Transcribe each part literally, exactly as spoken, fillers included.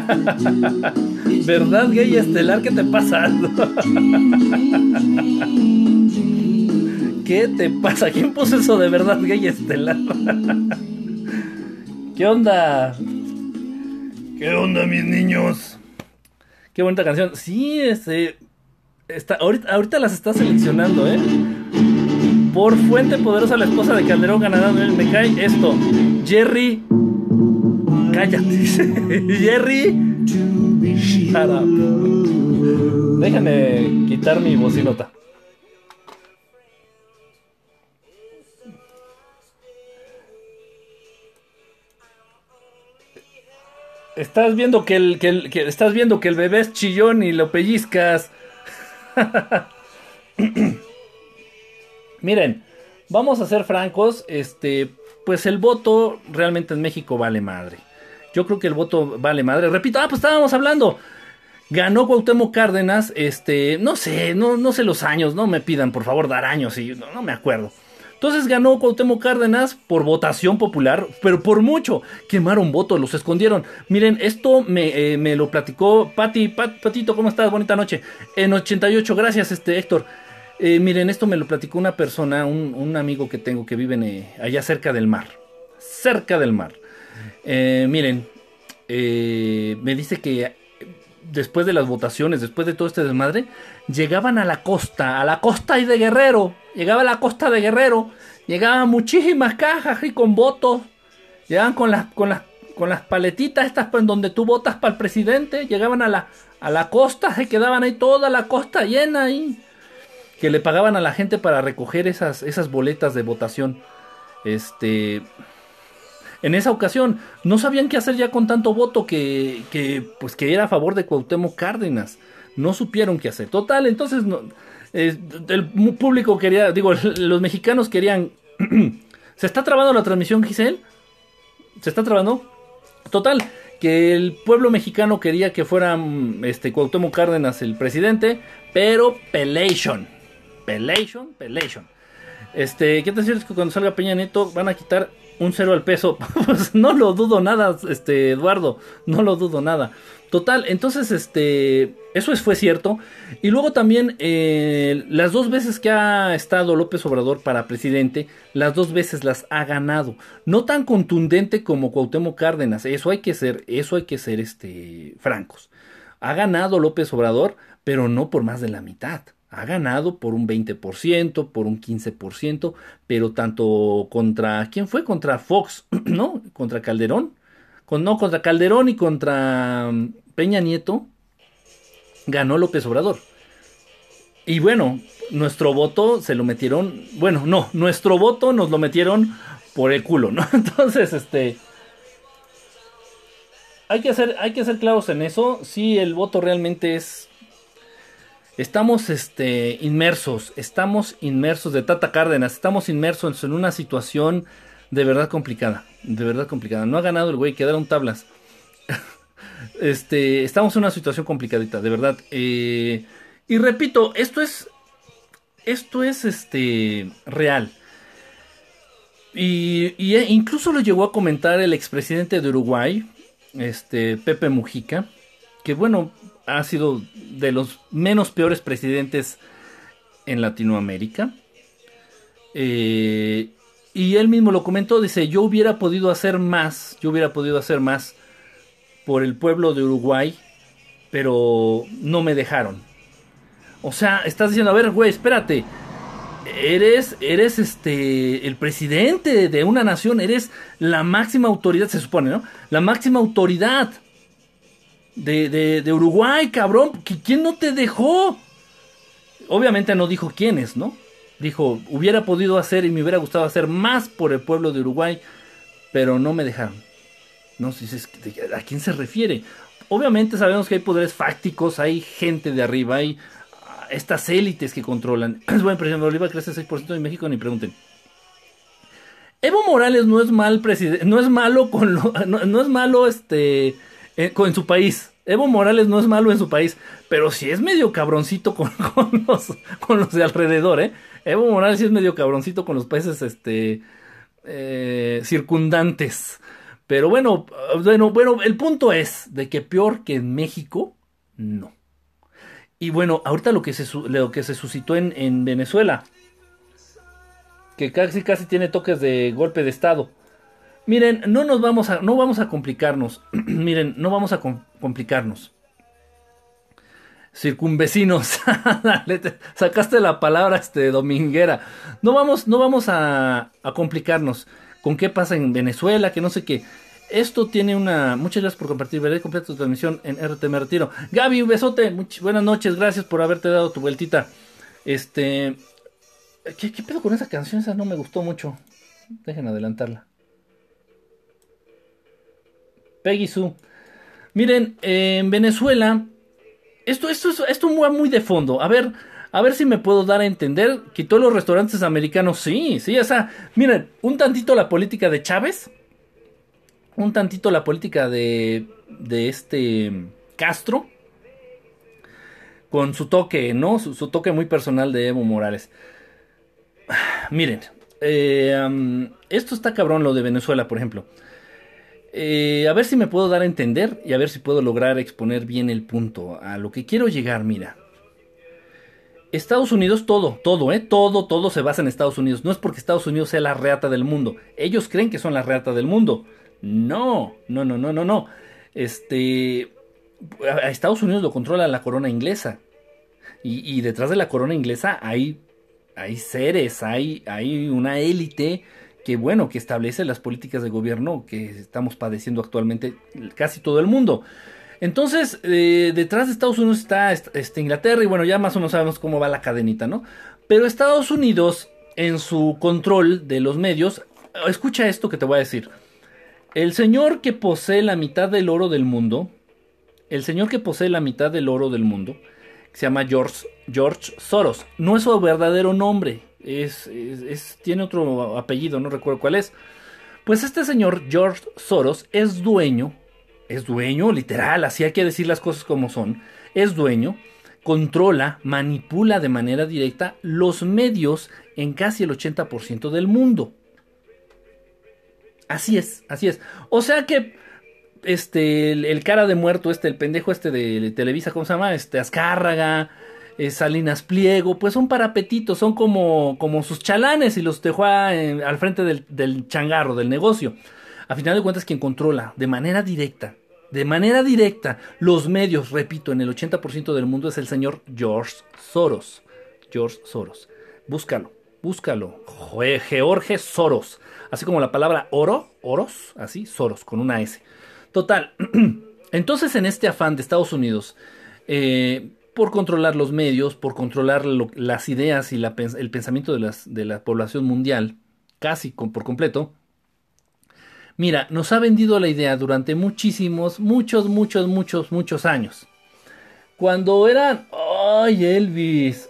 ¿Verdad gay estelar? ¿Qué te pasa? ¿Qué te pasa? ¿Quién puso eso de verdad gay estelar? ¿Qué onda? ¿Qué onda, mis niños? Qué bonita canción. Sí, este... Está, ahorita, ahorita las está seleccionando, ¿eh? Por fuente poderosa, la esposa de Calderón ganará. Me cae esto. Jerry... Cállate. Jerry... Shut up. Déjame quitar mi bocinota. Estás viendo que el, que el que estás viendo que el bebé es chillón y lo pellizcas. Miren, vamos a ser francos, este, pues el voto realmente en México vale madre. Yo creo que el voto vale madre. Repito, ah, pues estábamos hablando. Ganó Cuauhtémoc Cárdenas, este, no sé, no, no sé los años, no me pidan por favor dar años, y no, no me acuerdo. Entonces ganó Cuauhtémoc Cárdenas por votación popular, pero por mucho. Quemaron votos, los escondieron. Miren, esto me, eh, me lo platicó Pati, Pat, Patito, ¿cómo estás? Bonita noche. En ochenta y ocho, gracias, este Héctor. Eh, miren, esto me lo platicó una persona, un, un amigo que tengo que vive en, eh, allá cerca del mar. Cerca del mar. Eh, miren, eh, me dice que después de las votaciones, después de todo este desmadre, llegaban a la costa, a la costa y de Guerrero, llegaba a la costa de Guerrero, llegaban muchísimas cajas y con votos, llegaban con las, con las, con las paletitas estas en donde tú votas para el presidente, llegaban a la, a la costa, se quedaban ahí toda la costa llena ahí, que le pagaban a la gente para recoger esas, esas boletas de votación, este... En esa ocasión no sabían qué hacer ya con tanto voto que, que, pues, que era a favor de Cuauhtémoc Cárdenas. No supieron qué hacer. Total, entonces no, eh, el público quería, digo, los mexicanos querían... ¿Se está trabando la transmisión, Giselle? ¿Se está trabando? Total, que el pueblo mexicano quería que fuera este, Cuauhtémoc Cárdenas el presidente, pero pelation. Pelation, pelation. Este, ¿qué te decir? Que cuando salga Peña Nieto van a quitar un cero al peso. Pues no lo dudo nada, este, Eduardo, no lo dudo nada. Total, entonces, este, eso es, fue cierto. Y luego también, eh, las dos veces que ha estado López Obrador para presidente, las dos veces las ha ganado. No tan contundente como Cuauhtémoc Cárdenas, eso hay que ser, eso hay que ser, este, francos. Ha ganado López Obrador, pero no por más de la mitad. Ha ganado por un veinte por ciento, por un quince por ciento, pero tanto contra... ¿Quién fue? Contra Fox, ¿no? Contra Calderón. Con, no, contra Calderón y contra Peña Nieto ganó López Obrador. Y bueno, nuestro voto se lo metieron... Bueno, no, nuestro voto nos lo metieron por el culo, ¿no? Entonces, este... Hay que ser, hay que ser claros en eso. Sí, el voto realmente es... Estamos este, inmersos, estamos inmersos de Tata Cárdenas, estamos inmersos en una situación de verdad complicada, de verdad complicada. No ha ganado el güey, quedaron tablas. este, estamos en una situación complicadita, de verdad. Eh, y repito, esto es, esto es este, real. Y, y incluso lo llegó a comentar el expresidente de Uruguay, este, Pepe Mujica, que bueno... ha sido de los menos peores presidentes en Latinoamérica. Eh, y él mismo lo comentó, dice, yo hubiera podido hacer más, yo hubiera podido hacer más por el pueblo de Uruguay, pero no me dejaron. O sea, estás diciendo, a ver, güey, espérate, eres, eres este, el presidente de una nación, eres la máxima autoridad, se supone, ¿no? La máxima autoridad De, de, de Uruguay, cabrón. ¿Quién no te dejó? Obviamente no dijo quiénes, ¿no? Dijo, hubiera podido hacer y me hubiera gustado hacer más por el pueblo de Uruguay, pero no me dejaron. No sé ¿a quién se refiere? Obviamente sabemos que hay poderes fácticos, hay gente de arriba, hay estas élites que controlan. Es buen presidente. Bolívar crece seis por ciento en México, ni pregunten. Evo Morales no es mal presidente, no es malo con lo, no, no es malo este en, en su país. Evo Morales no es malo en su país, pero sí es medio cabroncito con, con los con los de alrededor, ¿eh? Evo Morales sí es medio cabroncito con los países este eh, circundantes. Pero bueno, bueno, bueno, el punto es de que peor que en México, no. Y bueno, ahorita lo que se, lo que se suscitó en, en Venezuela, que casi casi tiene toques de golpe de estado. Miren, no nos vamos a, no vamos a complicarnos. Miren, no vamos a com complicarnos. Circunvecinos. Sacaste la palabra este, dominguera. No vamos, no vamos a, a complicarnos con qué pasa en Venezuela, que no sé qué. Esto tiene una... Muchas gracias por compartir. Veré completa tu transmisión en R T. Me retiro. Gaby, un besote. Much... Buenas noches. Gracias por haberte dado tu vueltita. Este... ¿Qué, ¿Qué pedo con esa canción? Esa no me gustó mucho. Dejen adelantarla. Peggy Sue. Miren, eh, en Venezuela... Esto, esto, esto va muy de fondo. A ver, a ver si me puedo dar a entender. Quitó los restaurantes americanos. Sí, sí, o sea, miren, un tantito la política de Chávez. Un tantito la política de, de este Castro. Con su toque, ¿no? Su, su toque muy personal de Evo Morales. Miren, eh, um, esto está cabrón lo de Venezuela, por ejemplo. Eh, a ver si me puedo dar a entender y a ver si puedo lograr exponer bien el punto. A lo que quiero llegar, mira. Estados Unidos, todo, todo, ¿eh? Todo, todo se basa en Estados Unidos. No es porque Estados Unidos sea la reata del mundo. Ellos creen que son la reata del mundo. No, no, no, no, no, no. Este... A Estados Unidos lo controla la corona inglesa. Y, y detrás de la corona inglesa hay, hay seres, hay, hay una élite... que bueno, que establece las políticas de gobierno que estamos padeciendo actualmente casi todo el mundo. Entonces, eh, detrás de Estados Unidos está este, Inglaterra, y bueno, ya más o menos sabemos cómo va la cadenita, ¿no? Pero Estados Unidos, en su control de los medios, escucha esto que te voy a decir. El señor que posee la mitad del oro del mundo, el señor que posee la mitad del oro del mundo, se llama George, George Soros, no es su verdadero nombre. Es, es, es, tiene otro apellido, no recuerdo cuál es. Pues este señor George Soros es dueño, es dueño, literal, así hay que decir las cosas como son. Es dueño, controla, manipula de manera directa los medios en casi el ochenta por ciento del mundo. Así es, así es. O sea que este, el, el cara de muerto, este, el pendejo este de Televisa, ¿cómo se llama? Este, Azcárraga. Eh, Salinas Pliego, pues son parapetitos, son como, como sus chalanes y los dejó a, eh, al frente del, del changarro, del negocio. A final de cuentas, quien controla de manera directa, de manera directa, los medios, repito, en el ochenta por ciento del mundo es el señor George Soros. George Soros. Búscalo, búscalo. George Soros. Así como la palabra oro, oros, así, Soros, con una S. Total. Entonces, en este afán de Estados Unidos, eh, por controlar los medios, por controlar lo, las ideas y la, el pensamiento de, las, de la población mundial, casi con, por completo, mira, nos ha vendido la idea durante muchísimos, muchos, muchos, muchos, muchos años. Cuando eran... ¡Ay, Elvis!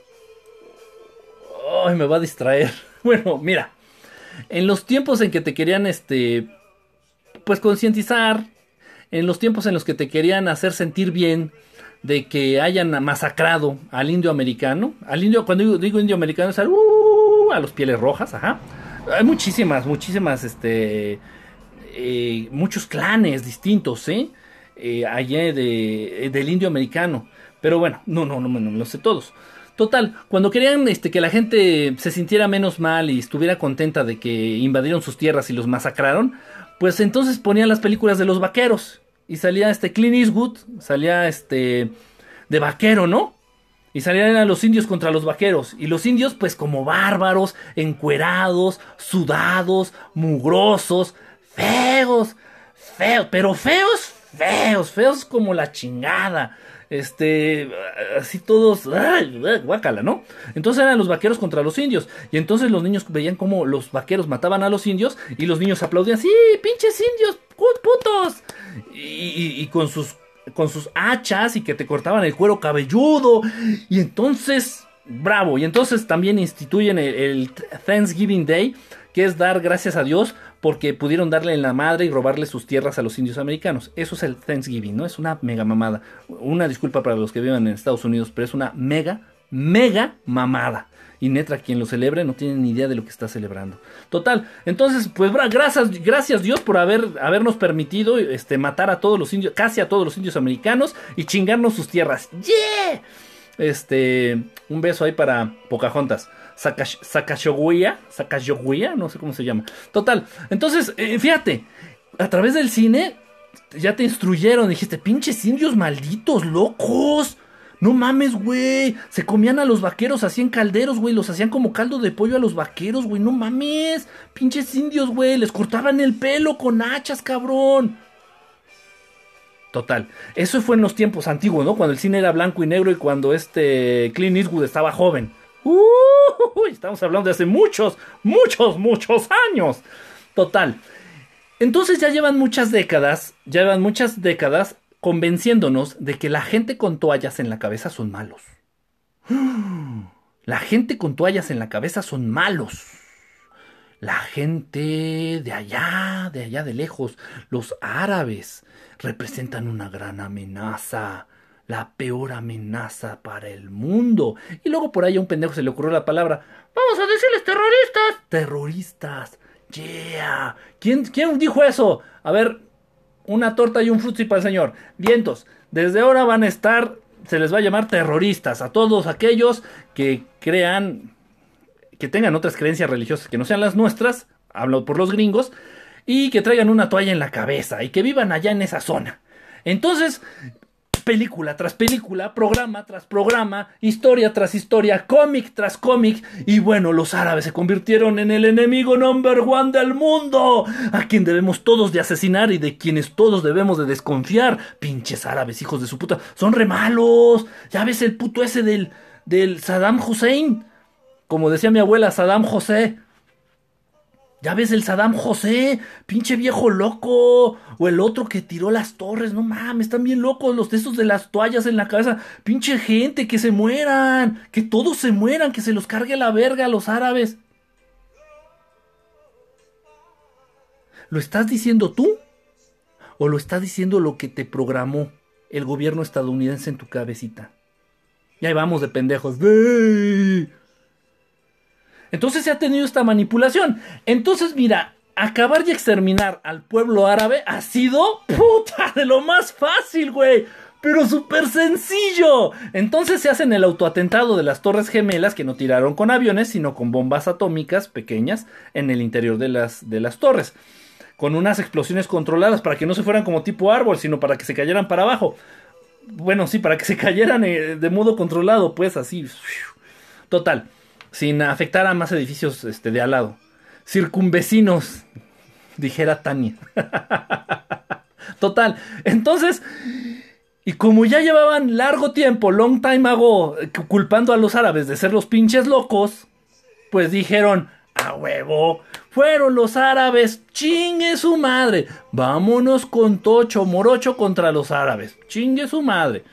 ¡Ay, me va a distraer! Bueno, mira, en los tiempos en que te querían, este, pues concientizar, en los tiempos en los que te querían hacer sentir bien, de que hayan masacrado al indio americano, al indio, cuando digo, digo indio americano es al, uh, a los pieles rojas, ajá. Hay muchísimas, muchísimas, este, eh, muchos clanes distintos, ¿eh? eh allá de, del indio americano, pero bueno, no, no, no, no, no lo sé todos. Total, cuando querían este, que la gente se sintiera menos mal y estuviera contenta de que invadieron sus tierras y los masacraron, pues entonces ponían las películas de los vaqueros. Y salía este Clint Eastwood, salía este de vaquero, ¿no? Y salían a los indios contra los vaqueros. Y los indios, pues como bárbaros, encuerados, sudados, mugrosos, feos, feos, pero feos, feos, feos como la chingada. Este, así todos, ay, guácala, ¿no? Entonces eran los vaqueros contra los indios. Y entonces los niños veían cómo los vaqueros mataban a los indios. Y los niños aplaudían, sí, pinches indios, putos. Y, y, y con sus con sus hachas y que te cortaban el cuero cabelludo. Y entonces, bravo. Y entonces también instituyen el, el Thanksgiving Day, que es dar gracias a Dios porque pudieron darle en la madre y robarle sus tierras a los indios americanos. Eso es el Thanksgiving, ¿no? Es una mega mamada. Una disculpa para los que viven en Estados Unidos, pero es una mega mega mamada. Y neta, quien lo celebre no tiene ni idea de lo que está celebrando. Total, entonces, pues gracias, gracias Dios por haber, habernos permitido este, matar a todos los indios, casi a todos los indios americanos y chingarnos sus tierras. ¡Yeah! Este, un beso ahí para Pocahontas. Sacagawea, Sacagawea, no sé cómo se llama. Total, entonces, eh, fíjate, a través del cine ya te instruyeron, dijiste, pinches indios malditos, locos. No mames, güey. Se comían a los vaqueros así en calderos, güey. Los hacían como caldo de pollo a los vaqueros, güey. No mames. Pinches indios, güey. Les cortaban el pelo con hachas, cabrón. Total. Eso fue en los tiempos antiguos, ¿no? Cuando el cine era blanco y negro y cuando este Clint Eastwood estaba joven. Uh, estamos hablando de hace muchos, muchos, muchos años. Total. Entonces ya llevan muchas décadas, ya llevan muchas décadas convenciéndonos de que la gente con toallas en la cabeza son malos. La gente con toallas en la cabeza son malos. La gente de allá, de allá de lejos, los árabes, representan una gran amenaza. La peor amenaza para el mundo. Y luego por ahí a un pendejo se le ocurrió la palabra. Vamos a decirles terroristas. Terroristas. Yeah. ¿Quién, quién dijo eso? A ver... Una torta y un frutzi para el señor. Vientos, desde ahora van a estar, se les va a llamar terroristas a todos aquellos que crean, que tengan otras creencias religiosas que no sean las nuestras, hablo por los gringos, y que traigan una toalla en la cabeza y que vivan allá en esa zona. Entonces, película tras película, programa tras programa, historia tras historia, cómic tras cómic, y bueno, los árabes se convirtieron en el enemigo number one del mundo, a quien debemos todos de asesinar y de quienes todos debemos de desconfiar. Pinches árabes, hijos de su puta, son re malos. Ya ves el puto ese del, del Saddam Hussein, como decía mi abuela, Saddam José. Ya ves el Saddam José, pinche viejo loco. O el otro que tiró las torres, no mames, están bien locos los de esos de las toallas en la cabeza. Pinche gente, que se mueran, que todos se mueran, que se los cargue la verga a los árabes. ¿Lo estás diciendo tú? ¿O lo está diciendo lo que te programó el gobierno estadounidense en tu cabecita? Y ahí vamos de pendejos. ¡Ey! Entonces se ha tenido esta manipulación. Entonces, mira, acabar y exterminar al pueblo árabe ha sido, puta, de lo más fácil, güey. Pero súper sencillo. Entonces se hacen el autoatentado de las Torres Gemelas, que no tiraron con aviones, sino con bombas atómicas pequeñas en el interior de las, de las torres. Con unas explosiones controladas para que no se fueran como tipo árbol, sino para que se cayeran para abajo. Bueno, sí, para que se cayeran eh, de modo controlado, pues así. Total. Sin afectar a más edificios este, de al lado. Circunvecinos, dijera Tania. Total. Entonces, y como ya llevaban largo tiempo, long time ago, culpando a los árabes de ser los pinches locos, pues dijeron, a huevo, fueron los árabes, chingue su madre, vámonos con tocho morocho contra los árabes, chingue su madre.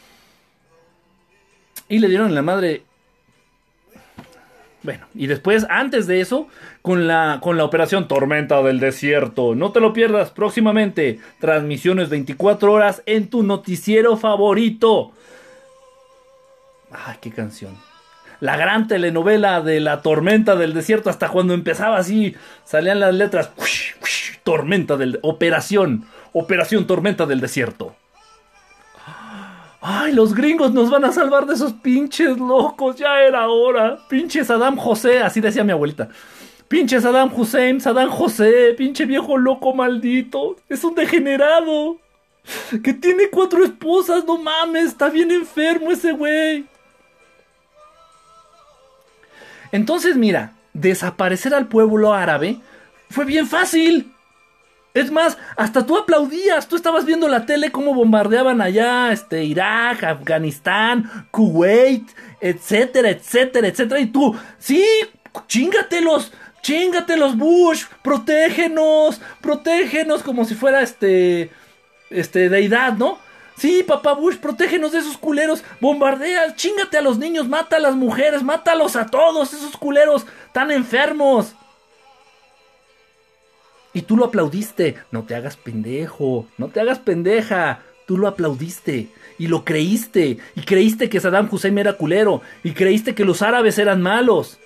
Y le dieron en la madre. Bueno, y después, antes de eso, con la, con la operación Tormenta del Desierto. No te lo pierdas próximamente. Transmisiones veinticuatro horas en tu noticiero favorito. Ay, qué canción. La gran telenovela de la Tormenta del Desierto. Hasta cuando empezaba así, salían las letras. Tormenta del... Operación. Operación Tormenta del Desierto. Ay, los gringos nos van a salvar de esos pinches locos, ya era hora. Pinche Saddam José, así decía mi abuelita. Pinche Saddam Hussein, Saddam José, pinche viejo loco maldito. Es un degenerado. Que tiene cuatro esposas, no mames, está bien enfermo ese güey. Entonces, mira, desaparecer al pueblo árabe fue bien fácil. Es más, hasta tú aplaudías, tú estabas viendo la tele cómo bombardeaban allá, este, Irak, Afganistán, Kuwait, etcétera, etcétera, etcétera, y tú, sí, chíngatelos, chíngatelos, Bush, protégenos, protégenos, como si fuera este, este, deidad, ¿no? Sí, papá Bush, protégenos de esos culeros, bombardea, chíngate a los niños, mata a las mujeres, mátalos a todos esos culeros tan enfermos. Y tú lo aplaudiste. No te hagas pendejo. No te hagas pendeja. Tú lo aplaudiste y lo creíste. Y creíste que Saddam Hussein era culero. Y creíste que los árabes eran malos.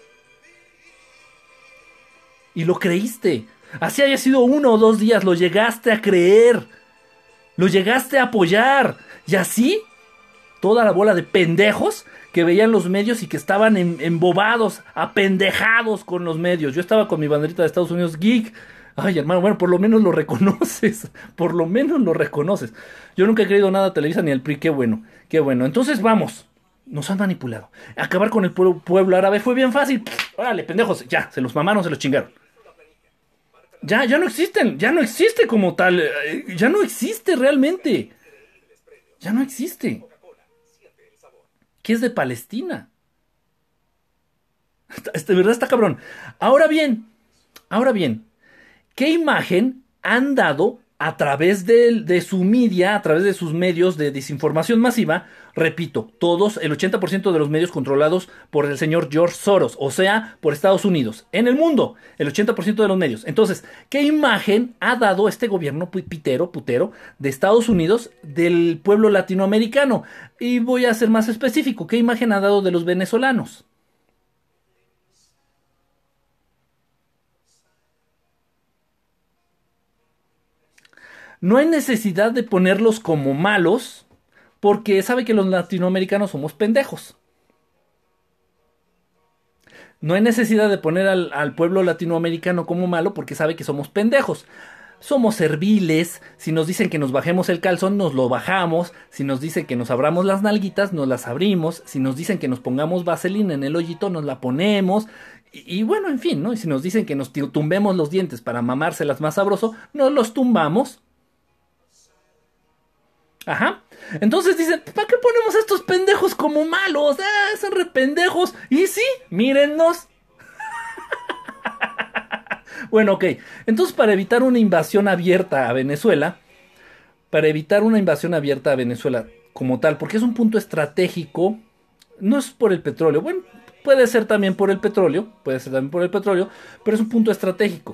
Y lo creíste. Así haya sido uno o dos días, lo llegaste a creer. Lo llegaste a apoyar. Y así, toda la bola de pendejos que veían los medios y que estaban en, embobados, apendejados con los medios. Yo estaba con mi banderita de Estados Unidos geek. Ay, hermano, bueno, por lo menos lo reconoces. Por lo menos lo reconoces. Yo nunca he creído nada a Televisa ni al P R I. Qué bueno, qué bueno. Entonces vamos. Nos han manipulado. Acabar con el pueblo, pueblo árabe fue bien fácil. Pff, órale, pendejos. Ya, se los mamaron, se los chingaron. Ya, ya no existen. Ya no existe como tal. eh, Ya no existe realmente. Ya no existe. ¿Qué es de Palestina? De verdad está cabrón. Ahora bien, ahora bien, ¿qué imagen han dado a través de, de su media, a través de sus medios de desinformación masiva? Repito, todos, el ochenta por ciento de los medios controlados por el señor George Soros, o sea, por Estados Unidos. En el mundo, el ochenta por ciento de los medios. Entonces, ¿qué imagen ha dado este gobierno pitero, putero, de Estados Unidos del pueblo latinoamericano? Y voy a ser más específico, ¿qué imagen ha dado de los venezolanos? No hay necesidad de ponerlos como malos, porque sabe que los latinoamericanos somos pendejos. No hay necesidad de poner al, al pueblo latinoamericano como malo, porque sabe que somos pendejos. Somos serviles. Si nos dicen que nos bajemos el calzón, nos lo bajamos. Si nos dicen que nos abramos las nalguitas, nos las abrimos. Si nos dicen que nos pongamos vaselina en el hoyito, nos la ponemos. Y, y bueno, en fin, ¿no? Y si nos dicen que nos tumbemos los dientes para mamárselas más sabroso, nos los tumbamos. Ajá. Entonces dicen, ¿para qué ponemos a estos pendejos como malos? Ah, son re pendejos. Y sí, mírennos. Bueno, ok. Entonces, para evitar una invasión abierta a Venezuela, para evitar una invasión abierta a Venezuela como tal, porque es un punto estratégico, no es por el petróleo. Bueno, puede ser también por el petróleo, puede ser también por el petróleo, pero es un punto estratégico.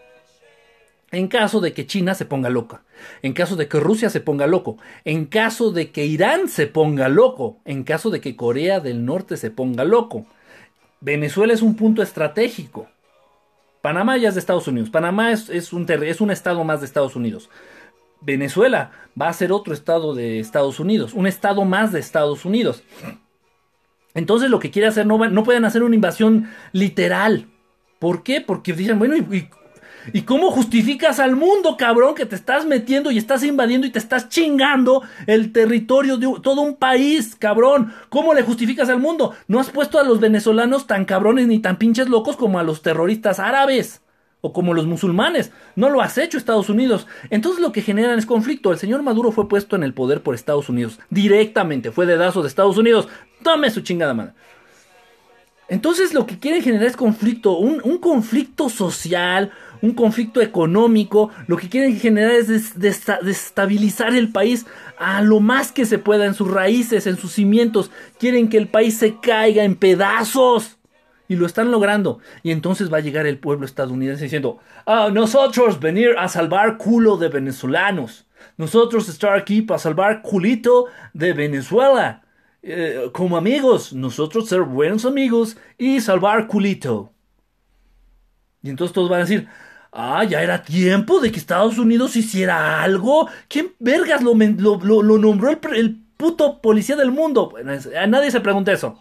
En caso de que China se ponga loca, en caso de que Rusia se ponga loco, en caso de que Irán se ponga loco, en caso de que Corea del Norte se ponga loco. Venezuela es un punto estratégico. Panamá ya es de Estados Unidos. Panamá es, es, un, es un estado más de Estados Unidos. Venezuela va a ser otro estado de Estados Unidos, un estado más de Estados Unidos. Entonces lo que quiere hacer, no, va, no pueden hacer una invasión literal. ¿Por qué? Porque dicen, bueno, y... y ¿Y cómo justificas al mundo, cabrón, que te estás metiendo y estás invadiendo y te estás chingando el territorio de todo un país, cabrón? ¿Cómo le justificas al mundo? No has puesto a los venezolanos tan cabrones ni tan pinches locos como a los terroristas árabes o como los musulmanes. No lo has hecho, Estados Unidos. Entonces lo que generan es conflicto. El señor Maduro fue puesto en el poder por Estados Unidos. Directamente, fue dedazo de Estados Unidos. Tome su chingada madre. Entonces lo que quieren generar es conflicto, un, un conflicto social, un conflicto económico. Lo que quieren generar es des, des, destabilizar el país a lo más que se pueda en sus raíces, en sus cimientos. Quieren que el país se caiga en pedazos y lo están logrando. Y entonces va a llegar el pueblo estadounidense diciendo, ah, nosotros venir a salvar culo de venezolanos, nosotros estar aquí para salvar culito de Venezuela. Eh, como amigos, nosotros ser buenos amigos y salvar culito. Y entonces todos van a decir, ah, ya era tiempo de que Estados Unidos hiciera algo. ¿Quién vergas lo, lo, lo, lo nombró el, el puto policía del mundo? Bueno, a nadie se pregunta eso.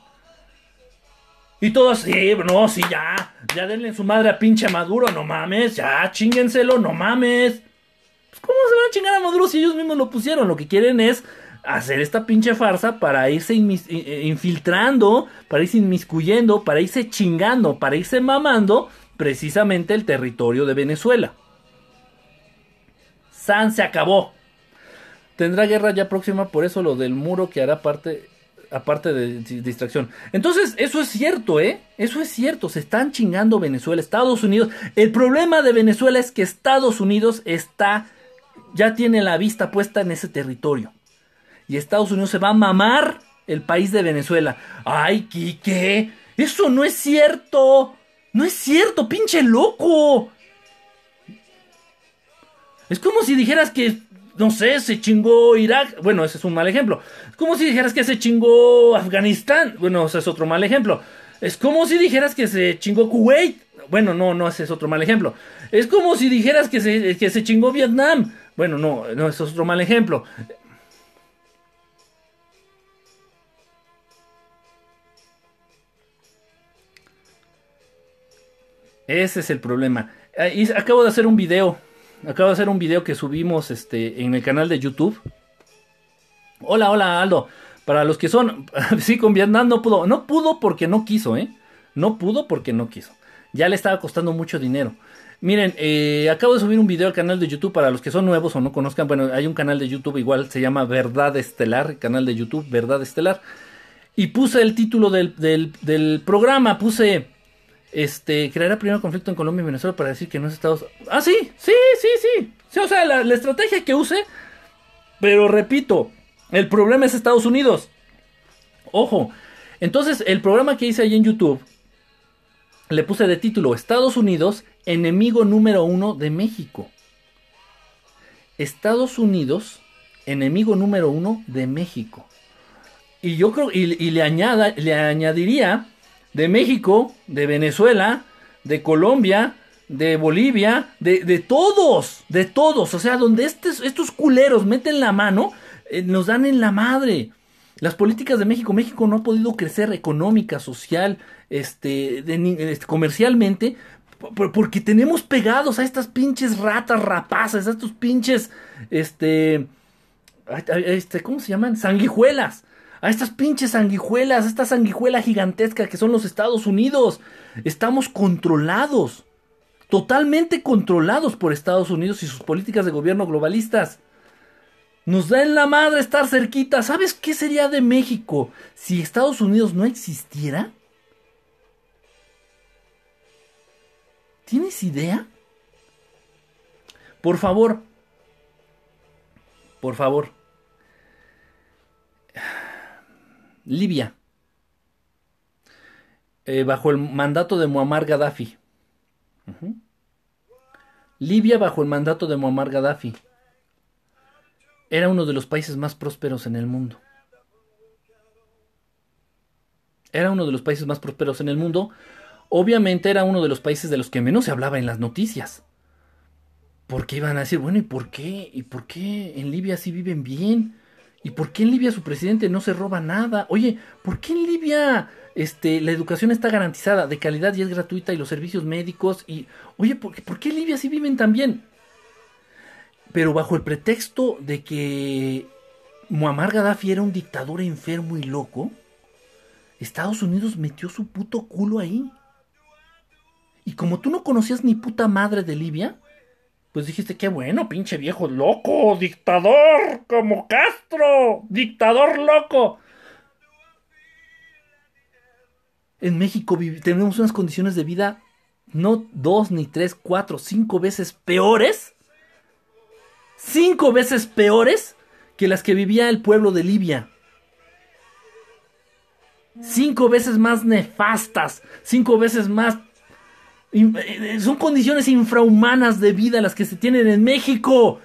Y todos, sí, no, sí, ya, ya denle su madre a pinche Maduro, no mames, ya, chíngenselo, no mames. Pues, ¿cómo se van a chingar a Maduro si ellos mismos lo pusieron? Lo que quieren es hacer esta pinche farsa para irse infiltrando, para irse inmiscuyendo, para irse chingando, para irse mamando precisamente el territorio de Venezuela. San se acabó. Tendrá guerra ya próxima, por eso lo del muro que hará parte, aparte de distracción. Entonces, eso es cierto, ¿eh? Eso es cierto, se están chingando Venezuela, Estados Unidos. El problema de Venezuela es que Estados Unidos está, ya tiene la vista puesta en ese territorio. Y Estados Unidos se va a mamar el país de Venezuela. ¡Ay, Quique! ¡Eso no es cierto! ¡No es cierto, pinche loco! Es como si dijeras que no sé, se chingó Irak. Bueno, ese es un mal ejemplo. Es como si dijeras que se chingó Afganistán. Bueno, ese es otro mal ejemplo. Es como si dijeras que se chingó Kuwait. Bueno, no, no, ese es otro mal ejemplo. Es como si dijeras que se, que se chingó Vietnam. Bueno, no, no, ese es otro mal ejemplo. Ese es el problema. Eh, y acabo de hacer un video. Acabo de hacer un video que subimos este, en el canal de YouTube. Hola, hola, Aldo. Para los que son... sí, con Vietnam no pudo. No pudo porque no quiso, ¿eh? No pudo porque no quiso. Ya le estaba costando mucho dinero. Miren, eh, acabo de subir un video al canal de YouTube para los que son nuevos o no conozcan. Bueno, hay un canal de YouTube igual, se llama Verdad Estelar. Canal de YouTube, Verdad Estelar. Y puse el título del, del, del programa. Puse... Este, creará primero conflicto en Colombia y Venezuela para decir que no es Estados Unidos. Ah, sí, sí, sí, sí. Sí, o sea, la, la estrategia que use. Pero repito, el problema es Estados Unidos. Ojo. Entonces, el programa que hice ahí en YouTube, le puse de título Estados Unidos, enemigo número uno de México. Estados Unidos, enemigo número uno de México. Y yo creo, y, y le, añada, le añadiría... de México, de Venezuela, de Colombia, de Bolivia, de, de todos, de todos. O sea, donde estes, estos culeros meten la mano, eh, nos dan en la madre. Las políticas de México, México no ha podido crecer económica, social, este, de, este comercialmente, por, porque tenemos pegados a estas pinches ratas rapaces, a estos pinches, este, este, ¿cómo se llaman? Sanguijuelas. A estas pinches sanguijuelas, a esta sanguijuela gigantesca que son los Estados Unidos. Estamos controlados, totalmente controlados por Estados Unidos y sus políticas de gobierno globalistas. Nos da en la madre estar cerquita. ¿Sabes qué sería de México si Estados Unidos no existiera? ¿Tienes idea? Por favor, por favor. Libia, eh, bajo el mandato de Muammar Gaddafi. Uh-huh. Libia bajo el mandato de Muammar Gaddafi era uno de los países más prósperos en el mundo. Era uno de los países más prósperos en el mundo. Obviamente era uno de los países de los que menos se hablaba en las noticias. Porque iban a decir, bueno, ¿y por qué? ¿Y por qué en Libia sí viven bien? ¿Y por qué en Libia su presidente no se roba nada? Oye, ¿por qué en Libia este, la educación está garantizada de calidad y es gratuita y los servicios médicos? Y, oye, ¿por qué, ¿por qué en Libia sí viven tan bien? Pero bajo el pretexto de que Muammar Gaddafi era un dictador enfermo y loco, Estados Unidos metió su puto culo ahí. Y como tú no conocías ni puta madre de Libia, pues dijiste, qué bueno, pinche viejo loco, dictador, como Castro, dictador loco. En México tenemos unas condiciones de vida no dos, ni tres, cuatro, cinco veces peores. Cinco veces peores que las que vivía el pueblo de Libia. Cinco veces más nefastas, cinco veces más... Son condiciones infrahumanas de vida las que se tienen en México.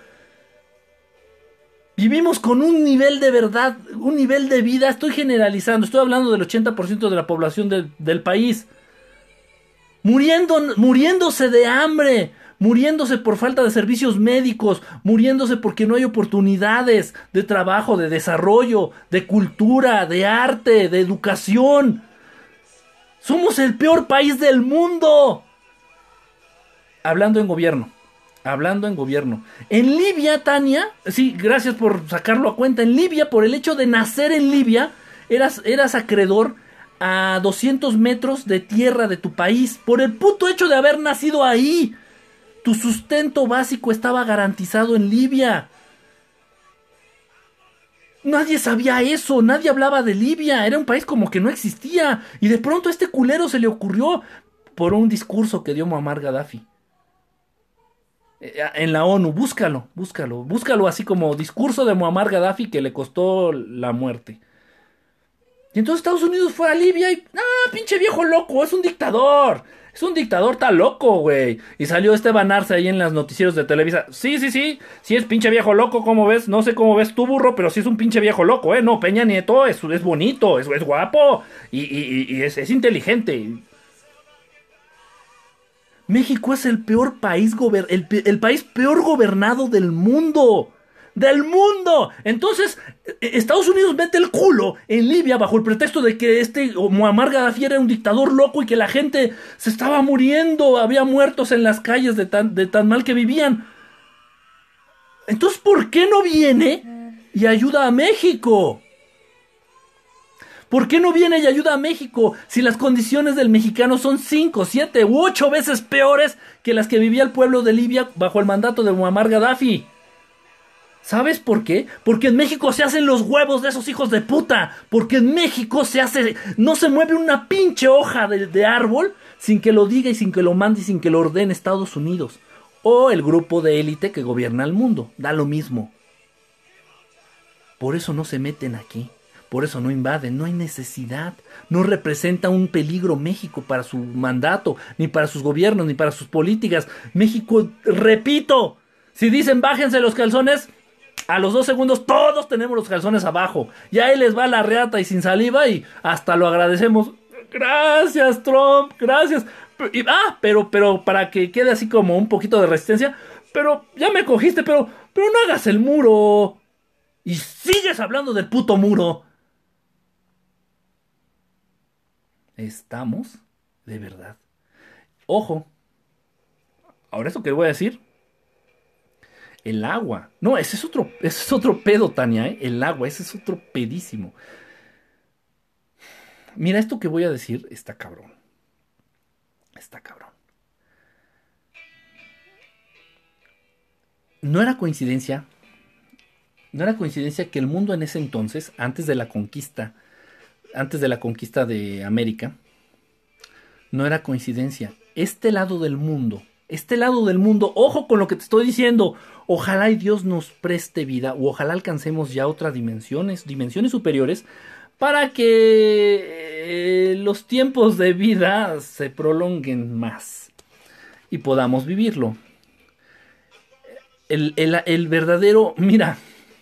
Vivimos con un nivel de verdad, un nivel de vida, estoy generalizando, estoy hablando del ochenta por ciento de la población de, del país. Muriendo, muriéndose de hambre, muriéndose por falta de servicios médicos, muriéndose porque no hay oportunidades de trabajo, de desarrollo, de cultura, de arte, de educación. Somos el peor país del mundo. Hablando en gobierno, hablando en gobierno. En Libia, Tania, sí, gracias por sacarlo a cuenta. En Libia, por el hecho de nacer en Libia, eras, eras acreedor a doscientos metros de tierra de tu país. Por el puto hecho de haber nacido ahí. Tu sustento básico estaba garantizado en Libia. Nadie sabía eso, nadie hablaba de Libia. Era un país como que no existía. Y de pronto a este culero se le ocurrió por un discurso que dio Muammar Gaddafi. En la ONU, búscalo, búscalo, búscalo así como discurso de Muammar Gaddafi que le costó la muerte. Y entonces Estados Unidos fue a Libia y, ah, pinche viejo loco, es un dictador. Es un dictador, está loco, güey. Y salió Esteban Arce ahí en las noticieros de Televisa. Sí, sí, sí, sí es pinche viejo loco, ¿cómo ves? No sé cómo ves tú, burro, pero sí es un pinche viejo loco, ¿eh? No, Peña Nieto es, es bonito, es, es guapo y, y- y es, es inteligente. México es el peor país, gober- el, pe- el país peor gobernado del mundo. ¡Del mundo! Entonces, eh, Estados Unidos mete el culo en Libia bajo el pretexto de que este Muammar Gaddafi era un dictador loco y que la gente se estaba muriendo, había muertos en las calles de tan, de tan mal que vivían. Entonces, ¿por qué no viene y ayuda a México? ¿Por qué no viene y ayuda a México si las condiciones del mexicano son cinco, siete u ocho veces peores que las que vivía el pueblo de Libia bajo el mandato de Muammar Gaddafi? ¿Sabes por qué? Porque en México se hacen los huevos de esos hijos de puta. Porque en México se hace... No se mueve una pinche hoja de, de árbol sin que lo diga y sin que lo mande y sin que lo ordene Estados Unidos. O el grupo de élite que gobierna el mundo. Da lo mismo. Por eso no se meten aquí. Por eso no invaden. No hay necesidad. No representa un peligro México para su mandato, ni para sus gobiernos, ni para sus políticas. México, repito, si dicen bájense los calzones, a los dos segundos todos tenemos los calzones abajo. Y ahí les va la reata y sin saliva y hasta lo agradecemos. Gracias, Trump, gracias. Y, ah, pero, pero para que quede así como un poquito de resistencia. Pero ya me cogiste, pero, pero no hagas el muro. Y sigues hablando del puto muro. Estamos, de verdad. Ojo, ahora eso que voy a decir, el agua. No, ese es otro, ese es otro pedo, Tania, ¿eh? El agua, ese es otro pedísimo. Mira, esto que voy a decir está cabrón. Está cabrón. No era coincidencia, no era coincidencia que el mundo en ese entonces, antes de la conquista, antes de la conquista de América, no era coincidencia. Este lado del mundo, este lado del mundo, ojo con lo que te estoy diciendo, ojalá y Dios nos preste vida, o ojalá alcancemos ya otras dimensiones, dimensiones superiores, para que eh, los tiempos de vida se prolonguen más y podamos vivirlo. El, el, el verdadero, mira,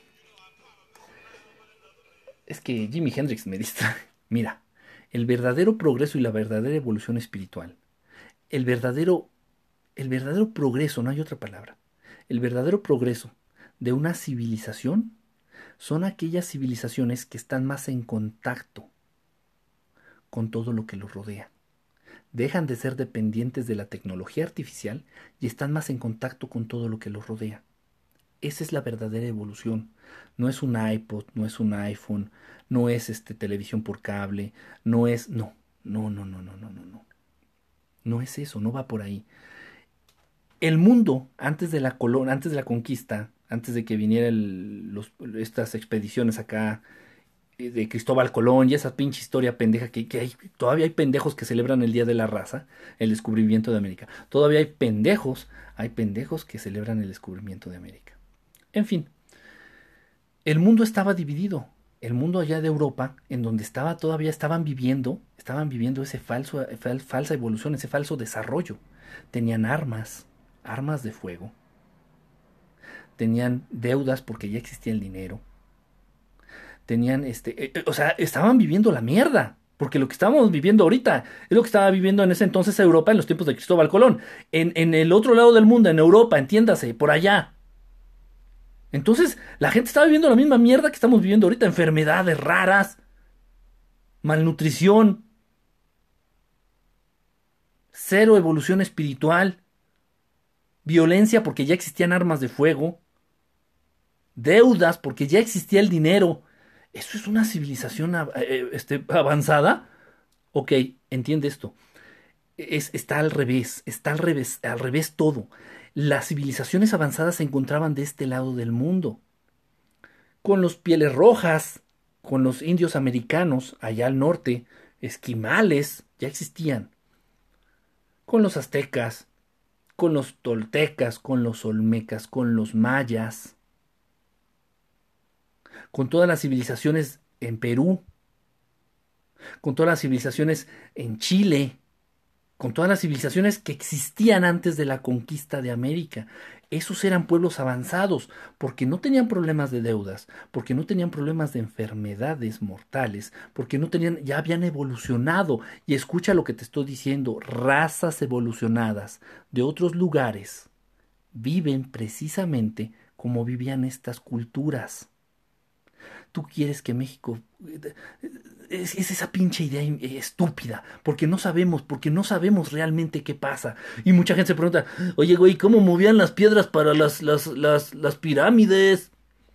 es que Jimi Hendrix me distrae. Mira, el verdadero progreso y la verdadera evolución espiritual, el verdadero, el verdadero progreso, no hay otra palabra, el verdadero progreso de una civilización son aquellas civilizaciones que están más en contacto con todo lo que los rodea. Dejan de ser dependientes de la tecnología artificial y están más en contacto con todo lo que los rodea. Esa es la verdadera evolución. No es un iPod, no es un iPhone, no es este televisión por cable, no es no, no, no, no, no, no, no, no. No es eso, no va por ahí. El mundo antes de la colon, antes de la conquista, antes de que vinieran estas expediciones acá eh, de Cristóbal Colón y esa pinche historia pendeja que, que hay, todavía hay pendejos que celebran el Día de la Raza, el descubrimiento de América. Todavía hay pendejos, hay pendejos que celebran el descubrimiento de América. En fin, el mundo estaba dividido. El mundo allá de Europa, en donde estaba todavía estaban viviendo, estaban viviendo ese falso, fal, falsa evolución, ese falso desarrollo. Tenían armas, armas de fuego. Tenían deudas porque ya existía el dinero. Tenían, este, eh, eh, o sea, estaban viviendo la mierda. Porque lo que estábamos viviendo ahorita es lo que estaba viviendo en ese entonces Europa en los tiempos de Cristóbal Colón. En, en el otro lado del mundo, en Europa, entiéndase, por allá. Entonces, la gente estaba viviendo la misma mierda que estamos viviendo ahorita. Enfermedades raras, malnutrición, cero evolución espiritual, violencia porque ya existían armas de fuego, deudas porque ya existía el dinero. ¿Eso es una civilización eh, este, avanzada? Ok, entiende esto. Es, está al revés, está al revés, al revés todo. Las civilizaciones avanzadas se encontraban de este lado del mundo. Con los pieles rojas, con los indios americanos allá al norte, esquimales, ya existían. Con los aztecas, con los toltecas, con los olmecas, con los mayas, con todas las civilizaciones en Perú, con todas las civilizaciones en Chile, con todas las civilizaciones que existían antes de la conquista de América. Esos eran pueblos avanzados, porque no tenían problemas de deudas, porque no tenían problemas de enfermedades mortales, porque no tenían, ya habían evolucionado. Y escucha lo que te estoy diciendo, razas evolucionadas de otros lugares viven precisamente como vivían estas culturas. Tú quieres que México... Es, es esa pinche idea estúpida, porque no sabemos, porque no sabemos realmente qué pasa. Y mucha gente se pregunta, oye, güey, ¿cómo movían las piedras para las, las, las, las pirámides?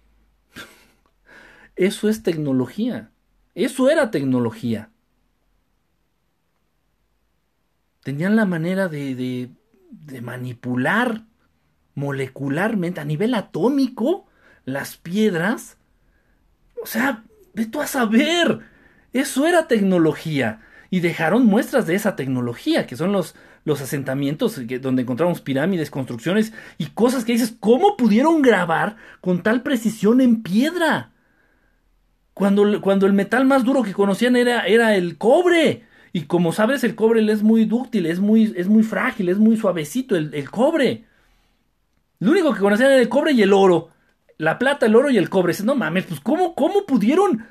Eso es tecnología. Eso era tecnología. Tenían la manera de, de, de manipular molecularmente, a nivel atómico, las piedras. O sea, ve tú a saber. Eso era tecnología. Y dejaron muestras de esa tecnología, que son los, los asentamientos que, donde encontramos pirámides, construcciones y cosas que dices, ¿cómo pudieron grabar con tal precisión en piedra? Cuando, cuando el metal más duro que conocían era, era el cobre. Y como sabes, el cobre es muy dúctil, es muy, es muy frágil, es muy suavecito el, el cobre. Lo único que conocían era el cobre y el oro. La plata, el oro y el cobre. Dices, no mames, pues ¿cómo, cómo pudieron?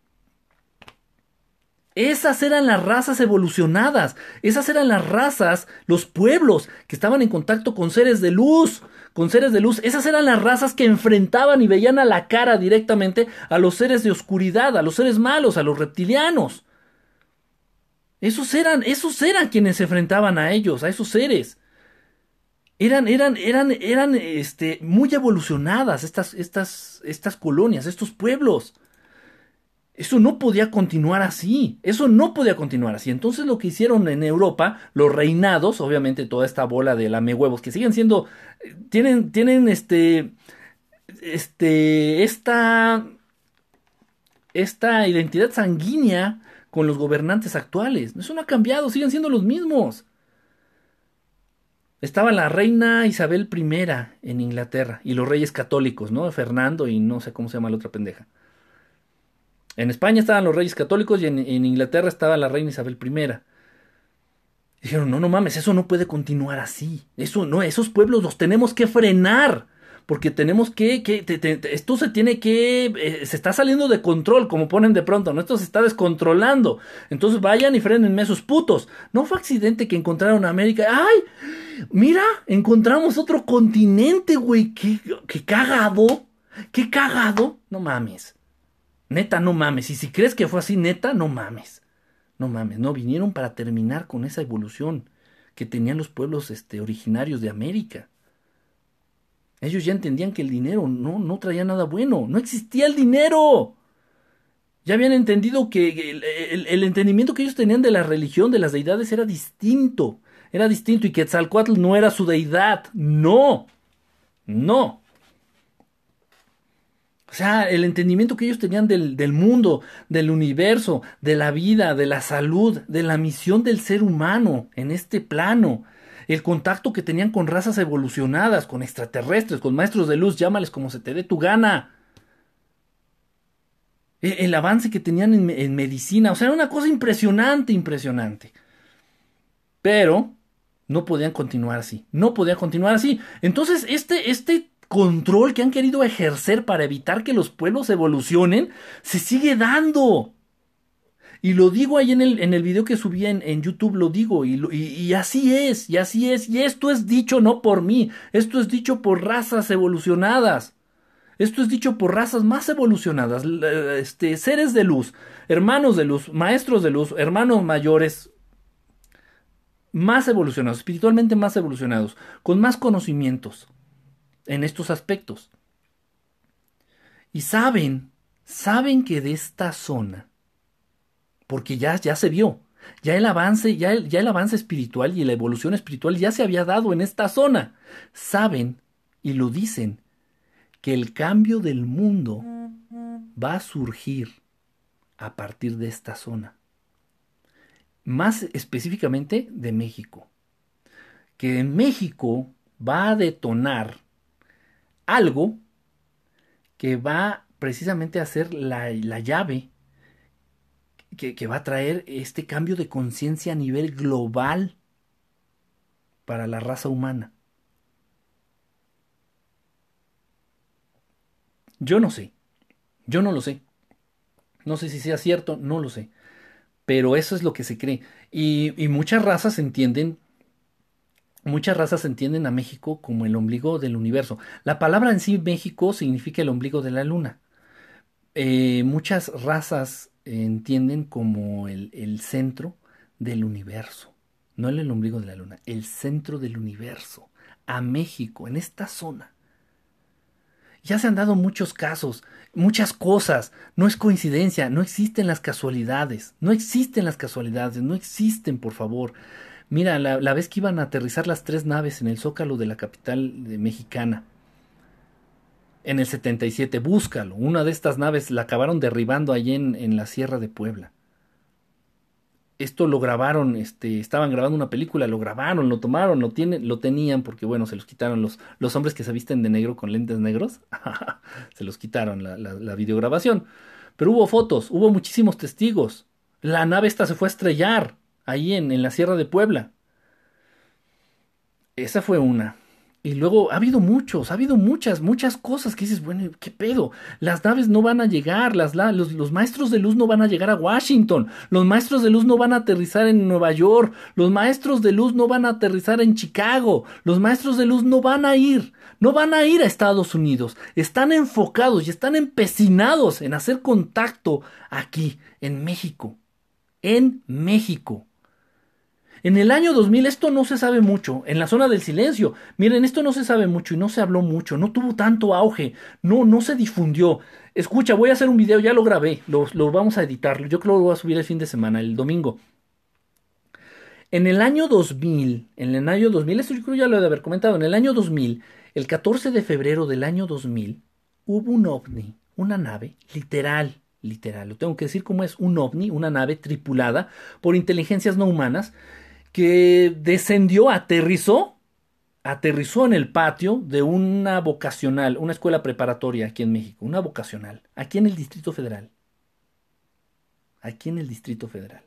Esas eran las razas evolucionadas. Esas eran las razas, los pueblos que estaban en contacto con seres de luz. Con seres de luz. Esas eran las razas que enfrentaban y veían a la cara directamente a los seres de oscuridad, a los seres malos, a los reptilianos. Esos eran, esos eran quienes se enfrentaban a ellos, a esos seres. Eran, eran, eran, eran, este, muy evolucionadas estas, estas, estas colonias, estos pueblos. Eso no podía continuar así. Eso no podía continuar así. Entonces lo que hicieron en Europa, los reinados, obviamente toda esta bola de lamehuevos, que siguen siendo, tienen, tienen este, este, esta, esta identidad sanguínea con los gobernantes actuales. Eso no ha cambiado, siguen siendo los mismos. Estaba la reina Isabel primera en Inglaterra y los reyes católicos, ¿no? Fernando y no sé cómo se llama la otra pendeja. En España estaban los reyes católicos y en, en Inglaterra estaba la reina Isabel primera. Dijeron, no, no mames, eso no puede continuar así. Eso no, esos pueblos los tenemos que frenar. Porque tenemos que, que te, te, esto se tiene que, eh, se está saliendo de control, como ponen de pronto, ¿no? Esto se está descontrolando. Entonces vayan y frenenme esos putos. No fue accidente que encontraron América. ¡Ay! Mira, encontramos otro continente, güey. ¡Qué, qué cagado! ¡Qué cagado! No mames. Neta, no mames. Y si crees que fue así, neta, no mames. No mames, no, vinieron para terminar con esa evolución que tenían los pueblos este, originarios de América. Ellos ya entendían que el dinero no, no traía nada bueno, no existía el dinero. Ya habían entendido que el, el, el entendimiento que ellos tenían de la religión, de las deidades, era distinto. Era distinto y Quetzalcóatl no era su deidad. No, no. O sea, el entendimiento que ellos tenían del, del mundo, del universo, de la vida, de la salud, de la misión del ser humano en este plano, el contacto que tenían con razas evolucionadas, con extraterrestres, con maestros de luz, llámales como se te dé tu gana. El, el avance que tenían en, en medicina, o sea, era una cosa impresionante, impresionante. Pero no podían continuar así, no podían continuar así. Entonces, este, este control que han querido ejercer para evitar que los pueblos evolucionen, se sigue dando. Y lo digo ahí en el, en el video que subí en, en YouTube, lo digo, y, y, y así es, y así es, y esto es dicho no por mí, esto es dicho por razas evolucionadas, esto es dicho por razas más evolucionadas, este, seres de luz, hermanos de luz, maestros de luz, hermanos mayores, más evolucionados, espiritualmente más evolucionados, con más conocimientos en estos aspectos. Y saben, saben que de esta zona, porque ya, ya se vio, ya el avance, ya el, ya el avance espiritual y la evolución espiritual ya se había dado en esta zona. Saben y lo dicen que el cambio del mundo va a surgir a partir de esta zona. Más específicamente de México. Que en México va a detonar algo que va precisamente a ser la, la llave que, que va a traer este cambio de conciencia a nivel global para la raza humana. Yo no sé, yo no lo sé. No sé si sea cierto, no lo sé. Pero eso es lo que se cree. Y, y muchas razas entienden, muchas razas entienden a México como el ombligo del universo. La palabra en sí, México, significa el ombligo de la luna. Eh, muchas razas entienden como el, el centro del universo. No el, el ombligo de la luna, el centro del universo. A México, en esta zona. Ya se han dado muchos casos, muchas cosas. No es coincidencia, no existen las casualidades. No existen las casualidades, no existen, por favor. Mira, la, la vez que iban a aterrizar las tres naves en el Zócalo de la capital de- mexicana, en el setenta y siete, búscalo. Una de estas naves la acabaron derribando allí en, en la Sierra de Puebla. Esto lo grabaron, este, estaban grabando una película, lo grabaron, lo tomaron, lo tienen, lo tenían, porque bueno, se los quitaron los, los hombres que se visten de negro con lentes negros, se los quitaron la, la, la videograbación. Pero hubo fotos, hubo muchísimos testigos. La nave esta se fue a estrellar ahí en, en la Sierra de Puebla. Esa fue una. Y luego ha habido muchos, ha habido muchas, muchas cosas que dices, bueno, ¿qué pedo? Las naves no van a llegar, las, la- los, los maestros de luz no van a llegar a Washington, los maestros de luz no van a aterrizar en Nueva York, los maestros de luz no van a aterrizar en Chicago, los maestros de luz no van a ir, no van a ir a Estados Unidos, están enfocados y están empecinados en hacer contacto aquí, en México, en México. En el año dos mil esto no se sabe mucho, en la zona del silencio. Miren, esto no se sabe mucho y no se habló mucho, no tuvo tanto auge, no, no se difundió. Escucha, voy a hacer un video, ya lo grabé, lo, lo vamos a editar, yo creo que lo voy a subir el fin de semana, el domingo. En el año dos mil, en el año dos mil, esto yo creo ya lo he de haber comentado, en el año dos mil, el catorce de febrero del año dos mil, hubo un ovni, una nave, literal, literal, lo tengo que decir como es un ovni, una nave tripulada por inteligencias no humanas, que descendió, aterrizó, aterrizó en el patio de una vocacional, una escuela preparatoria aquí en México, una vocacional, aquí en el Distrito Federal, aquí en el Distrito Federal.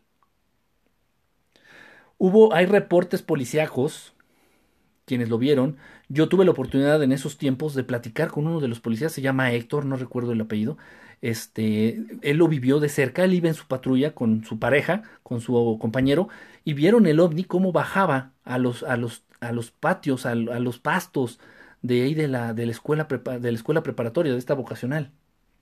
Hubo, hay reportes policíacos, quienes lo vieron. Yo tuve la oportunidad en esos tiempos de platicar con uno de los policías, se llama Héctor, no recuerdo el apellido. Este, él lo vivió de cerca, él iba en su patrulla con su pareja, con su compañero, y vieron el ovni cómo bajaba a los, a los, a los patios, a, a los pastos de ahí de la, de la escuela prepa- de la escuela preparatoria, de esta vocacional.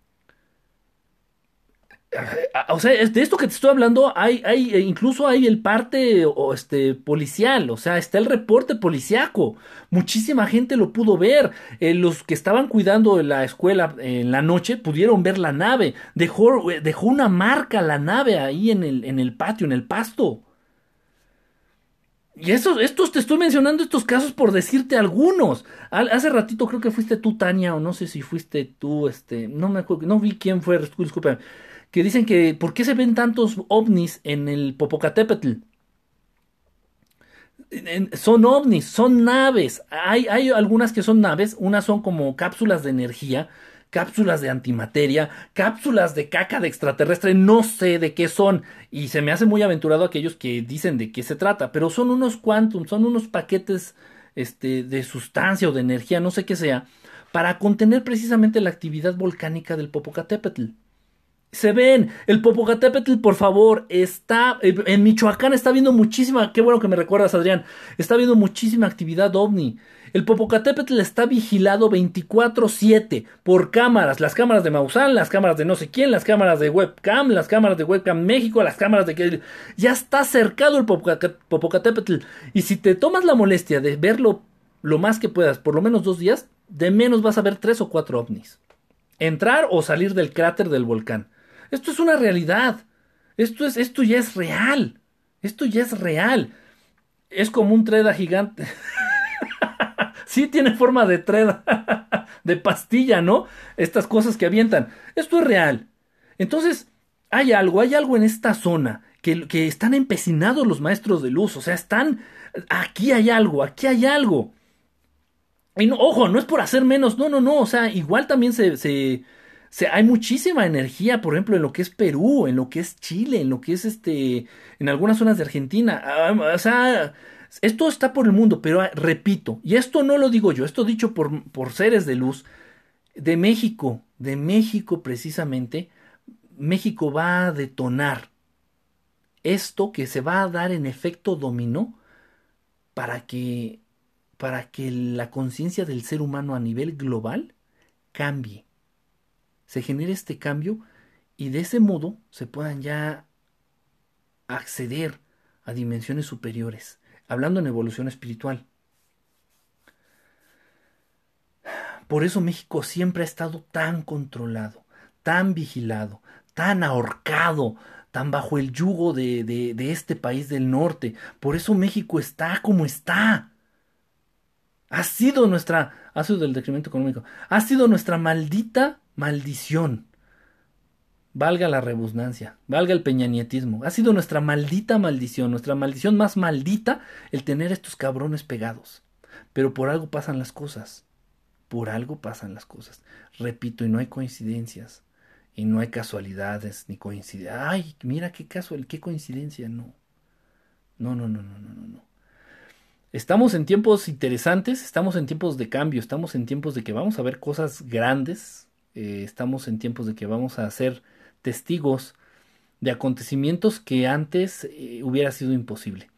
Ah, o sea, es de esto que te estoy hablando, hay, hay, eh, incluso hay el parte o este policial, o sea, está el reporte policiaco. Muchísima gente lo pudo ver. Eh, los que estaban cuidando la escuela en la noche pudieron ver la nave. Dejó, eh, dejó una marca la nave ahí en el, en el patio, en el pasto. Y eso, estos te estoy mencionando estos casos por decirte algunos. Al- hace ratito creo que fuiste tú, Tania, o no sé si fuiste tú, este, no me acuerdo, no vi quién fue, disculpa, que dicen que ¿por qué se ven tantos ovnis en el Popocatépetl? En- Son ovnis, son naves. Hay, hay algunas que son naves, unas son como cápsulas de energía, cápsulas de antimateria, cápsulas de caca de extraterrestre, no sé de qué son. Y se me hace muy aventurado aquellos que dicen de qué se trata, pero son unos quantum, son unos paquetes este, de sustancia o de energía, no sé qué sea, para contener precisamente la actividad volcánica del Popocatépetl. Se ven, el Popocatépetl, por favor, está eh, en Michoacán, está viendo muchísima, qué bueno que me recuerdas, Adrián, está viendo muchísima actividad ovni. El Popocatépetl está vigilado veinticuatro siete por cámaras, las cámaras de Maussan, las cámaras de no sé quién, las cámaras de webcam, las cámaras de webcam México, las cámaras de que ya está cercado el Popoca- Popocatépetl. Y si te tomas la molestia de verlo lo más que puedas, por lo menos dos días, de menos vas a ver tres o cuatro ovnis. Entrar o salir del cráter del volcán. Esto es una realidad. Esto es, esto ya es real. Esto ya es real. Es como un treda gigante. Sí tiene forma de treda, de pastilla, ¿no? Estas cosas que avientan. Esto es real. Entonces, hay algo, hay algo en esta zona que, que están empecinados los maestros de luz. O sea, están. Aquí hay algo, aquí hay algo. Y no, ojo, no es por hacer menos, no, no, no, o sea, igual también se, se, sea, hay muchísima energía, por ejemplo, en lo que es Perú, en lo que es Chile, en lo que es este, en algunas zonas de Argentina. Ah, o sea, esto está por el mundo, pero ah, repito, y esto no lo digo yo, esto dicho por, por seres de luz, de México, de México precisamente, México va a detonar esto que se va a dar en efecto dominó para que, para que la conciencia del ser humano a nivel global cambie, se genere este cambio y de ese modo se puedan ya acceder a dimensiones superiores, hablando en evolución espiritual. Por eso México siempre ha estado tan controlado, tan vigilado, tan ahorcado, tan bajo el yugo de, de, de este país del norte. Por eso México está como está. Ha sido nuestra, ha sido del decremento económico, ha sido nuestra maldita maldición. Valga la rebusnancia, valga el peñanietismo. Ha sido nuestra maldita maldición, nuestra maldición más maldita el tener estos cabrones pegados. Pero por algo pasan las cosas. Por algo pasan las cosas. Repito, y no hay coincidencias. Y no hay casualidades ni coincidencias. Ay, mira qué casual, qué coincidencia. No. No, no, no, no, no, no, no. Estamos en tiempos interesantes, estamos en tiempos de cambio, estamos en tiempos de que vamos a ver cosas grandes. Eh, estamos en tiempos de que vamos a ser testigos de acontecimientos que antes eh, hubiera sido imposible.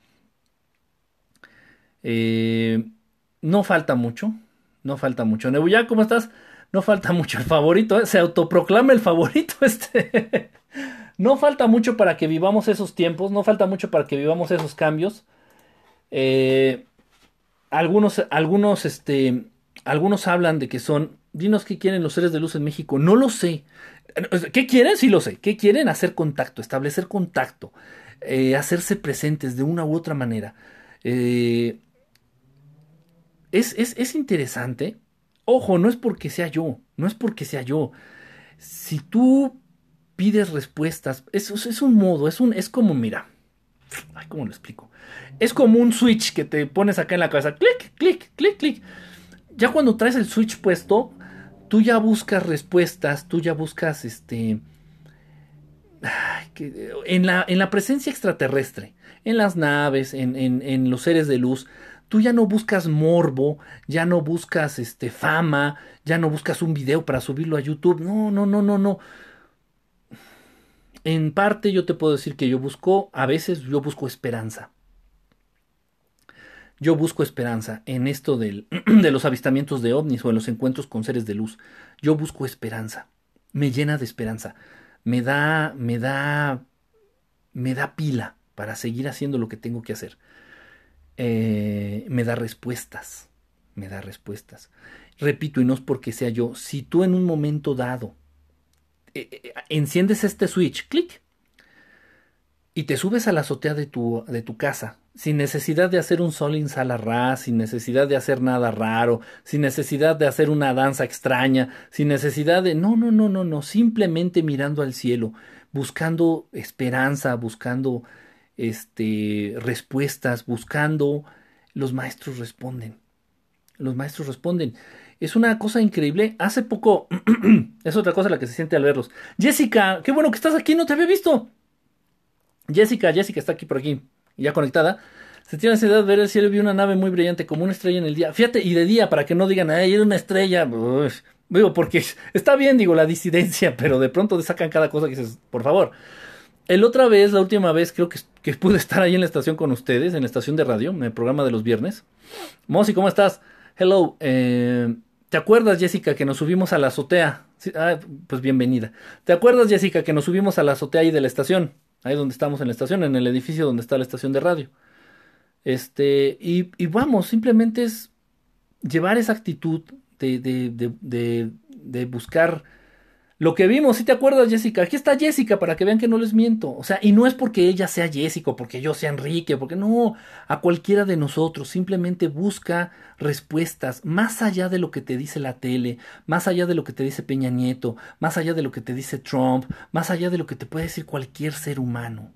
Eh, no falta mucho, no falta mucho. Nebuya, ¿cómo estás? No falta mucho. El favorito, ¿eh? Se autoproclama el favorito este. No falta mucho para que vivamos esos tiempos, no falta mucho para que vivamos esos cambios. Eh, algunos, algunos, este, algunos hablan de que son. Dinos qué quieren los seres de luz en México. No lo sé. ¿Qué quieren? Sí lo sé. ¿Qué quieren? Hacer contacto, establecer contacto, eh, hacerse presentes de una u otra manera. Eh, es, es, es interesante. Ojo, no es porque sea yo, no es porque sea yo. Si tú pides respuestas, es, es un modo, es, un, es como, mira, ay, ¿cómo lo explico? Es como un switch que te pones acá en la cabeza, clic, clic, clic, clic. Ya cuando traes el switch puesto, tú ya buscas respuestas, tú ya buscas este ay, que, en, la, en la presencia extraterrestre, en las naves, en, en, en los seres de luz, tú ya no buscas morbo, ya no buscas este fama, ya no buscas un video para subirlo a YouTube. No, no, no, no, no. En parte yo te puedo decir que yo busco, a veces yo busco esperanza. Yo busco esperanza en esto del, de los avistamientos de ovnis o en los encuentros con seres de luz. Yo busco esperanza. Me llena de esperanza. Me da, me da, me da pila para seguir haciendo lo que tengo que hacer. Eh, me da respuestas. Me da respuestas. Repito, y no es porque sea yo. Si tú en un momento dado eh, eh, enciendes este switch, clic, y te subes a la azotea de tu, de tu casa, sin necesidad de hacer un sol en sala ras, sin necesidad de hacer nada raro, sin necesidad de hacer una danza extraña, sin necesidad de... No, no, no, no, no, simplemente mirando al cielo, buscando esperanza, buscando este, respuestas, buscando... Los maestros responden, los maestros responden. Es una cosa increíble. Hace poco, es otra cosa la que se siente al verlos. Jessica, qué bueno que estás aquí, no te había visto. Jessica, Jessica está aquí por aquí, ya conectada. Se tiene necesidad de ver el cielo y vi una nave muy brillante, como una estrella en el día. Fíjate, y de día, para que no digan, ay, era una estrella. Uf, digo, porque está bien, digo, la disidencia, pero de pronto sacan cada cosa que dices, por favor. El otra vez, la última vez, creo que, que pude estar ahí en la estación con ustedes, en la estación de radio, en el programa de los viernes. Mosi, ¿cómo estás? Hello, eh, ¿te acuerdas, Jessica, que nos subimos a la azotea? Sí, ah, pues bienvenida. ¿Te acuerdas, Jessica, que nos subimos a la azotea ahí de la estación? Ahí donde estamos en la estación, en el edificio donde está la estación de radio. Este, y, y vamos, simplemente es llevar esa actitud de, de, de, de, de buscar lo que vimos. ¿Sí te acuerdas, Jessica? Aquí está Jessica para que vean que no les miento. O sea, y no es porque ella sea Jessica, o porque yo sea Enrique, porque no, a cualquiera de nosotros. Simplemente busca respuestas más allá de lo que te dice la tele, más allá de lo que te dice Peña Nieto, más allá de lo que te dice Trump, más allá de lo que te puede decir cualquier ser humano.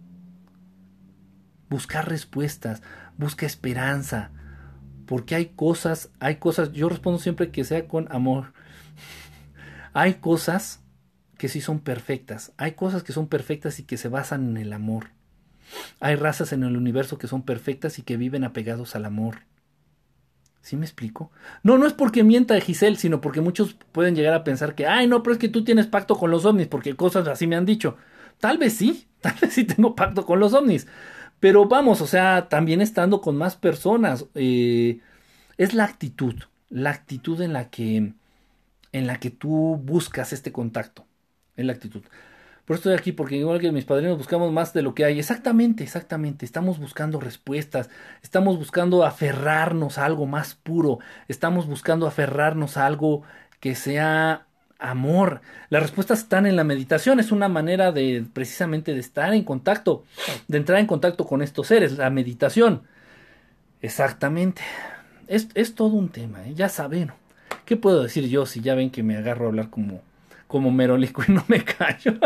Buscar respuestas, busca esperanza, porque hay cosas, hay cosas, yo respondo siempre que sea con amor. Hay cosas que sí son perfectas. Hay cosas que son perfectas y que se basan en el amor. Hay razas en el universo que son perfectas y que viven apegados al amor. ¿Sí me explico? No, no es porque mienta Giselle, sino porque muchos pueden llegar a pensar que, ay, no, pero es que tú tienes pacto con los ovnis, porque cosas así me han dicho. Tal vez sí, tal vez sí tengo pacto con los ovnis. Pero vamos, o sea, también estando con más personas. Eh, es la actitud, la actitud en la que, en la que tú buscas este contacto. Es la actitud. Por eso estoy aquí, porque igual que mis padrinos buscamos más de lo que hay. Exactamente, exactamente. Estamos buscando respuestas. Estamos buscando aferrarnos a algo más puro. Estamos buscando aferrarnos a algo que sea amor. Las respuestas están en la meditación. Es una manera de precisamente de estar en contacto, de entrar en contacto con estos seres. La meditación. Exactamente. Es, es todo un tema, ¿eh? Ya saben. ¿Qué puedo decir yo si ya ven que me agarro a hablar como, como merolico y no me callo?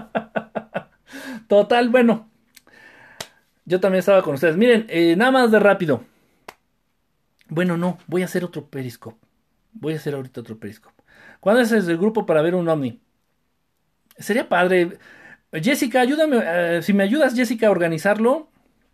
Total, bueno, yo también estaba con ustedes. Miren, eh, nada más de rápido. Bueno, no, voy a hacer otro Periscope. Voy a hacer ahorita otro Periscope. ¿Cuándo es el grupo para ver un ovni? Sería padre. Jessica, ayúdame. Eh, si me ayudas, Jessica, a organizarlo.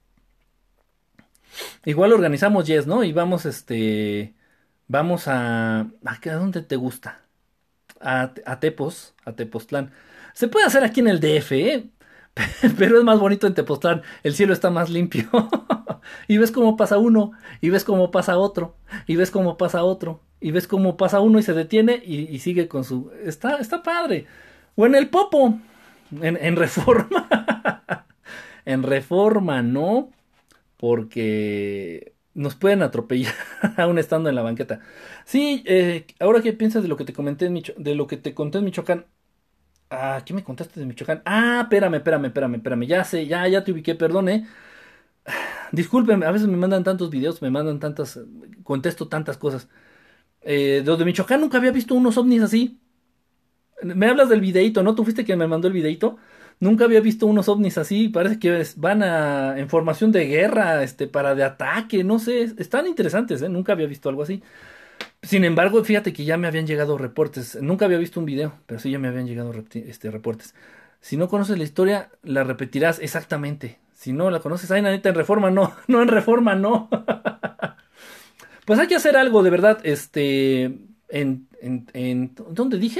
Igual organizamos Yes, ¿no? Y vamos, este. Vamos a. ¿A, qué- a dónde te gusta? A, a Tepos, a Tepoztlán. Se puede hacer aquí en el D F, ¿eh? Pero es más bonito en Tepoztlán, el cielo está más limpio. Y ves cómo pasa uno, y ves cómo pasa otro, y ves cómo pasa otro, y ves cómo pasa uno y se detiene y, y sigue con su... Está, está padre. O en el Popo, en, en Reforma. En Reforma, ¿no? Porque nos pueden atropellar aún estando en la banqueta. Sí, eh, ahora qué piensas de lo que te comenté en Micho- de lo que te conté en Michoacán. Ah, ¿qué me contaste de Michoacán? Ah, espérame, espérame, espérame, espérame. Ya sé, ya, ya te ubiqué, perdone. Discúlpeme, a veces me mandan tantos videos, me mandan tantas, contesto tantas cosas. Eh, de los de Michoacán nunca había visto unos ovnis así. Me hablas del videíto, ¿no? ¿Tú fuiste quien me mandó el videíto? Nunca había visto unos ovnis así. Parece que es- van a, en formación de guerra, este, para de ataque, no sé. Están interesantes, ¿eh? Nunca había visto algo así. Sin embargo, fíjate que ya me habían llegado reportes. Nunca había visto un video, pero sí ya me habían llegado repti- este, reportes. Si no conoces la historia, la repetirás exactamente. Si no la conoces, ay, neta, en Reforma no, no en Reforma no. Pues hay que hacer algo, de verdad, este, en, en, en, ¿dónde dije?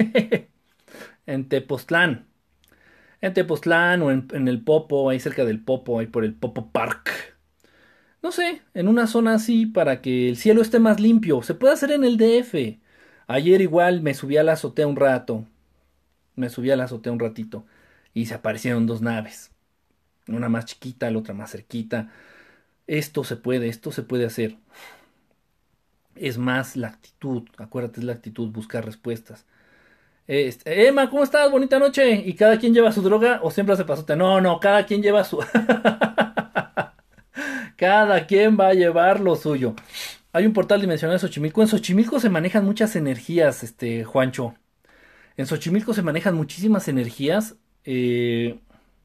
En Tepoztlán. En Tepoztlán o en, en el Popo, ahí cerca del Popo, ahí por el Popo Park. No sé, en una zona así para que el cielo esté más limpio. Se puede hacer en el D F. Ayer igual me subí a la azotea un rato. Me subí a la azotea un ratito. Y se aparecieron dos naves. Una más chiquita, la otra más cerquita. Esto se puede, esto se puede hacer. Es más la actitud. Acuérdate, es la actitud, buscar respuestas. Este, Emma, ¿cómo estás? Bonita noche. ¿Y cada quien lleva su droga o siempre hace pasote? No, no, cada quien lleva su... Cada quien va a llevar lo suyo. Hay un portal dimensional de Xochimilco. En Xochimilco se manejan muchas energías, este, Juancho. En Xochimilco se manejan muchísimas energías. Eh,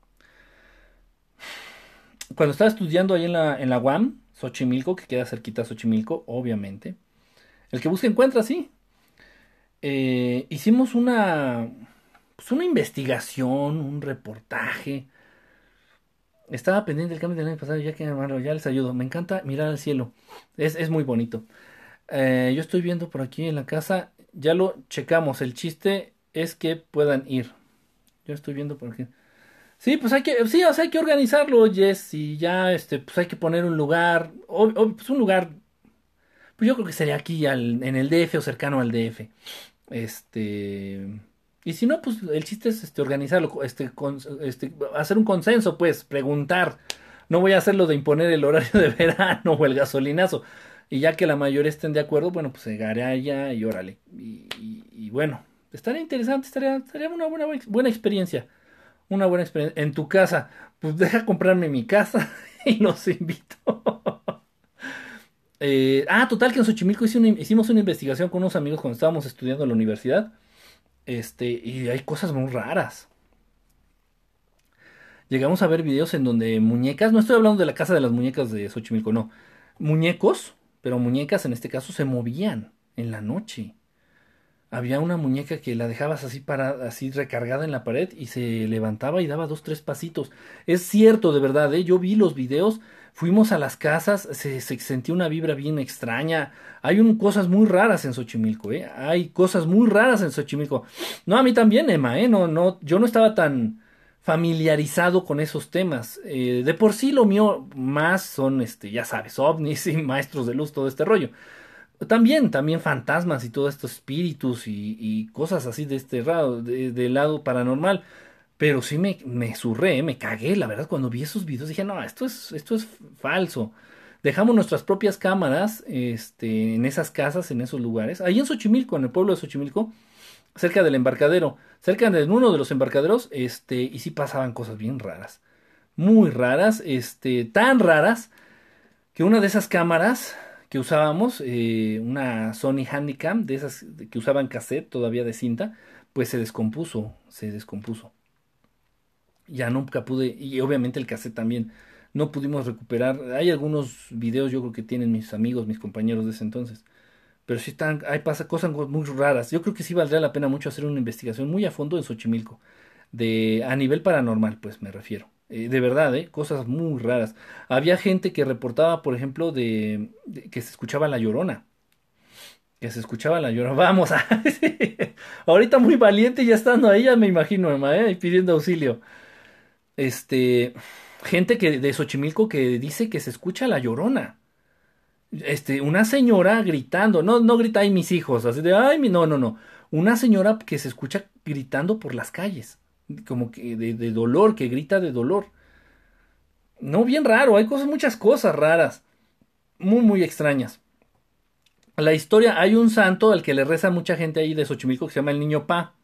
cuando estaba estudiando ahí en la, en la U A M, Xochimilco, que queda cerquita a Xochimilco, obviamente. El que busca encuentra, sí. Eh, hicimos una, pues una investigación, un reportaje. Estaba pendiente del cambio del año pasado, ya que hermano, ya les ayudo. Me encanta mirar al cielo. Es, es muy bonito. Eh, yo estoy viendo por aquí en la casa, ya lo checamos. El chiste es que puedan ir. Yo estoy viendo por aquí. Sí, pues hay que, sí, o sea, hay que organizarlo, Jess, y ya, este, pues hay que poner un lugar, o, o, pues un lugar, pues yo creo que sería aquí al- en el D F o cercano al D F. Este, y si no, pues el chiste es este organizarlo, este, con- este, hacer un consenso, pues, preguntar. No voy a hacerlo de imponer el horario de verano o el gasolinazo. Y ya que la mayoría estén de acuerdo, bueno, pues se allá y órale. Y, y- y bueno, estaría interesante, estaría, estaría una buena, buena experiencia. Una buena experiencia. En tu casa, pues deja comprarme mi casa y los invito. Eh, ah, total, que en Xochimilco hice una- hicimos una investigación con unos amigos cuando estábamos estudiando en la universidad. Este, y hay cosas muy raras. Llegamos a ver videos en donde muñecas, no estoy hablando de la casa de las muñecas de Xochimilco, no. Muñecos, pero muñecas en este caso se movían en la noche. había una muñeca que la dejabas así para, así recargada en la pared y se levantaba y daba dos, tres pasitos. Es cierto, de verdad, ¿eh? Yo vi los videos, fuimos a las casas, se, se sentía una vibra bien extraña. Hay un, cosas muy raras en Xochimilco, ¿eh? Hay cosas muy raras en Xochimilco. No, a mí también, Emma, ¿eh? No, no, yo no estaba tan familiarizado con esos temas. Eh, de por sí lo mío más son, este, ya sabes, ovnis y maestros de luz, todo este rollo. También, también fantasmas y todos estos espíritus y, y cosas así de este lado, de, del lado paranormal. Pero sí me, me surré, me cagué, la verdad, cuando vi esos videos dije, no, esto es, esto es falso. Dejamos nuestras propias cámaras, este, en esas casas, en esos lugares. Ahí en Xochimilco, en el pueblo de Xochimilco, cerca del embarcadero, cerca de uno de los embarcaderos, este, y sí pasaban cosas bien raras. Muy raras, este, tan raras que una de esas cámaras que usábamos, eh, una Sony Handycam, de esas que usaban cassette todavía de cinta, pues se descompuso, se descompuso. Ya nunca pude, y obviamente el cassette también, no pudimos recuperar. Hay algunos videos, yo creo que tienen mis amigos, mis compañeros de ese entonces, pero sí están, hay pasa cosas muy raras. Yo creo que sí valdría la pena mucho hacer una investigación muy a fondo en Xochimilco, de a nivel paranormal, pues me refiero. Eh, de verdad, ¿eh? Cosas muy raras. Había gente que reportaba, por ejemplo, de, de que se escuchaba la llorona. Que se escuchaba la llorona. Vamos, a... ahorita muy valiente ya estando ahí, ya me imagino, Emma, ¿eh? Y pidiendo auxilio. Este, gente que de Xochimilco que dice que se escucha la llorona. Este, una señora gritando, no, no grita ay mis hijos, así de ay mi, no, no, no. Una señora que se escucha gritando por las calles, como que de, de dolor, que grita de dolor. No, bien raro, hay cosas, muchas cosas raras, muy, muy extrañas. La historia, hay un santo al que le reza mucha gente ahí de Xochimilco que se llama el Niño Pa.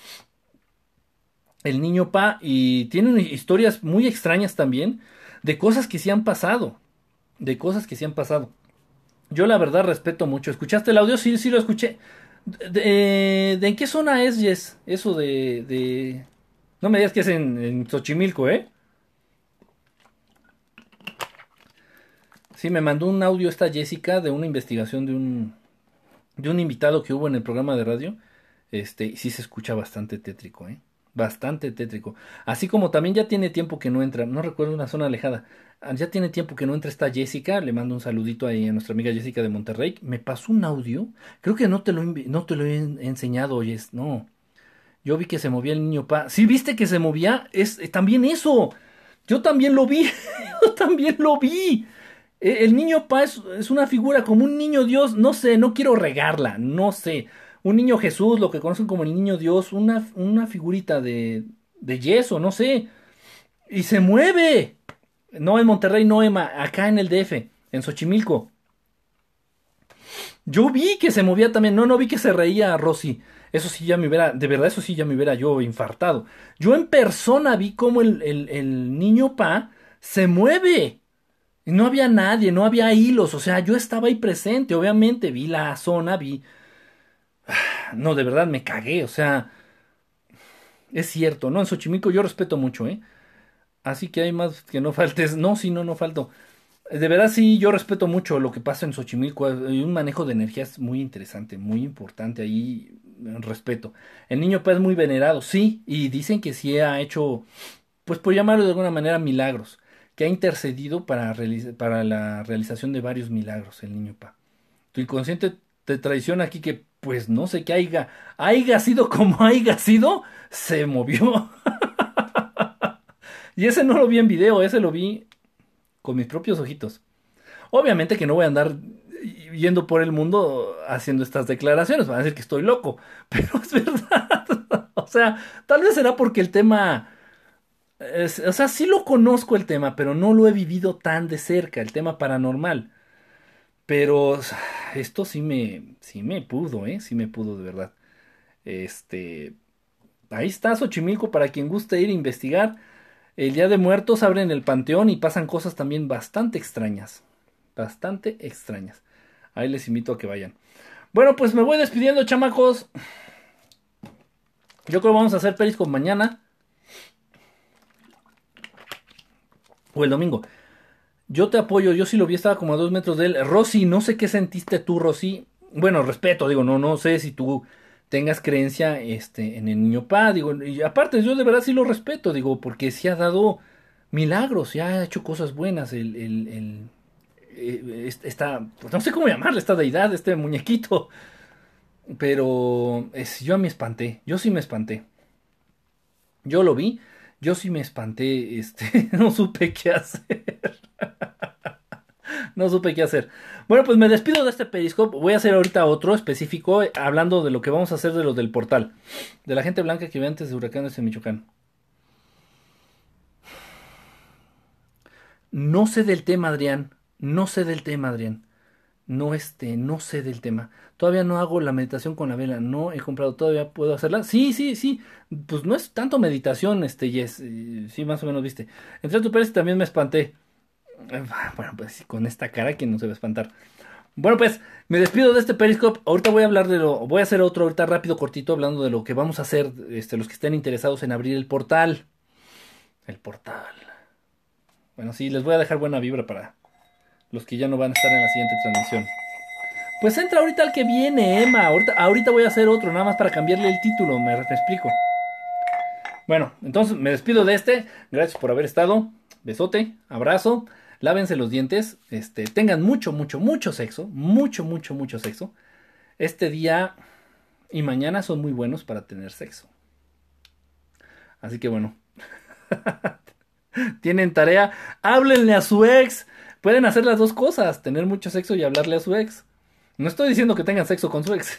El Niño Pa, y tiene historias muy extrañas también de cosas que sí han pasado, de cosas que sí han pasado. Yo la verdad respeto mucho. ¿Escuchaste el audio? Sí, sí lo escuché. ¿De, de en qué zona es, Jess? Eso de, de... No me digas que es en, en Xochimilco, ¿eh? Sí, me mandó un audio esta Jessica de una investigación de un, de un invitado que hubo en el programa de radio. Este, y sí se escucha bastante tétrico, ¿eh? Bastante tétrico. Así como también ya tiene tiempo que no entra, no recuerdo una zona alejada. ah, Ya tiene tiempo que no entra esta Jessica. Le mando un saludito ahí a nuestra amiga Jessica de Monterrey. Me pasó un audio. Creo que no te lo, he no te lo he enseñado, oyes. No. Yo vi que se movía el niño pa. Sí, viste que se movía. Es eh, también eso. Yo también lo vi. Yo también lo vi. E- El niño pa es, es una figura como un niño Dios. No sé, no quiero regarla. No sé. Un niño Jesús, lo que conocen como el niño Dios. Una, una figurita de, de yeso, no sé. Y se mueve. No en Monterrey, no, Emma. Acá en el D F, en Xochimilco. Yo vi que se movía también. No, no vi que se reía Rosy. Eso sí ya me hubiera, de verdad, eso sí ya me hubiera yo infartado. Yo en persona vi cómo el, el, el niño Pa se mueve. Y no había nadie, no había hilos. O sea, yo estaba ahí presente. Obviamente vi la zona, vi. No, de verdad me cagué. O sea, es cierto, ¿no? En Xochimilco yo respeto mucho, ¿eh? Así que hay más que no faltes. No, sí, no, no falto. De verdad sí, yo respeto mucho lo que pasa en Xochimilco. Hay un manejo de energías muy interesante, muy importante ahí. eh, Respeto. El niño pues es muy venerado, sí, y dicen que sí ha hecho, pues por llamarlo de alguna manera, milagros, que ha intercedido para, realiza- para la realización de varios milagros, el niño pa. Tu inconsciente te traiciona aquí que, pues no sé qué haya, haya sido como haya sido, se movió. Y ese no lo vi en video, ese lo vi con mis propios ojitos. Obviamente que no voy a andar yendo por el mundo haciendo estas declaraciones, van a decir que estoy loco, pero es verdad. O sea, tal vez será porque el tema, es- o sea, sí lo conozco el tema, pero no lo he vivido tan de cerca, el tema paranormal. Pero esto sí me, sí me pudo, ¿eh? Sí me pudo de verdad. Este, ahí está Xochimilco para quien guste ir a investigar. El Día de Muertos abren el panteón y pasan cosas también bastante extrañas. Bastante extrañas. Ahí les invito a que vayan. Bueno, pues me voy despidiendo, chamacos. Yo creo que vamos a hacer Periscope mañana o el domingo. Yo te apoyo, yo sí lo vi, estaba como a dos metros de él. Rosy, no sé qué sentiste tú, Rosy. Bueno, respeto, digo, no, no sé si tú tengas creencia este, en el niño Pa. Digo, y aparte, yo de verdad sí lo respeto, digo, porque sí ha dado milagros, sí ha hecho cosas buenas. El, el, el, eh, es- esta, pues no sé cómo llamarle, esta deidad, este muñequito. Pero es, yo me espanté, yo sí me espanté. Yo lo vi, yo sí me espanté, este, no supe qué hacer. No supe qué hacer. Bueno, pues me despido de este Periscope. Voy a hacer ahorita otro específico, eh, hablando de lo que vamos a hacer de lo del portal. De la gente blanca que vive antes de huracanes en Michoacán. No sé del tema, Adrián. No sé del tema, Adrián. No, este, no sé del tema. Todavía no hago la meditación con la vela. No he comprado, todavía puedo hacerla. Sí, sí, sí. Pues no es tanto meditación, este, Yes. Eh, Sí, más o menos, viste. Entre tu Pérez también me espanté. Eh, Bueno, pues sí, con esta cara, ¿quién no se va a espantar? Bueno, pues me despido de este Periscope. Ahorita voy a hablar de lo. Voy a hacer otro ahorita rápido, cortito, hablando de lo que vamos a hacer. Este, los que estén interesados en abrir el portal. El portal. Bueno, sí, les voy a dejar buena vibra para los que ya no van a estar en la siguiente transmisión. Pues entra ahorita al que viene, Emma. Ahorita, ahorita voy a hacer otro, nada más para cambiarle el título, me, me explico. Bueno, entonces me despido de este. Gracias por haber estado. Besote, abrazo. Lávense los dientes. Este, tengan mucho, mucho, mucho sexo. Mucho, mucho, mucho sexo. Este día y mañana son muy buenos para tener sexo. Así que bueno, tienen tarea. Háblenle a su ex. Pueden hacer las dos cosas. Tener mucho sexo y hablarle a su ex. No estoy diciendo que tengan sexo con su ex.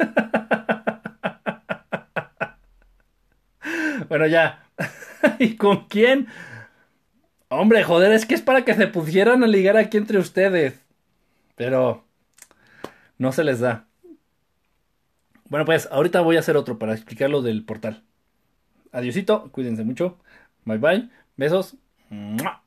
Bueno, ya. ¿Y con quién? Hombre, joder, es que es para que se pusieran a ligar aquí entre ustedes. Pero no se les da. Bueno, pues ahorita voy a hacer otro para explicar lo del portal. Adiosito, cuídense mucho. Bye bye. Besos. ¡Mua!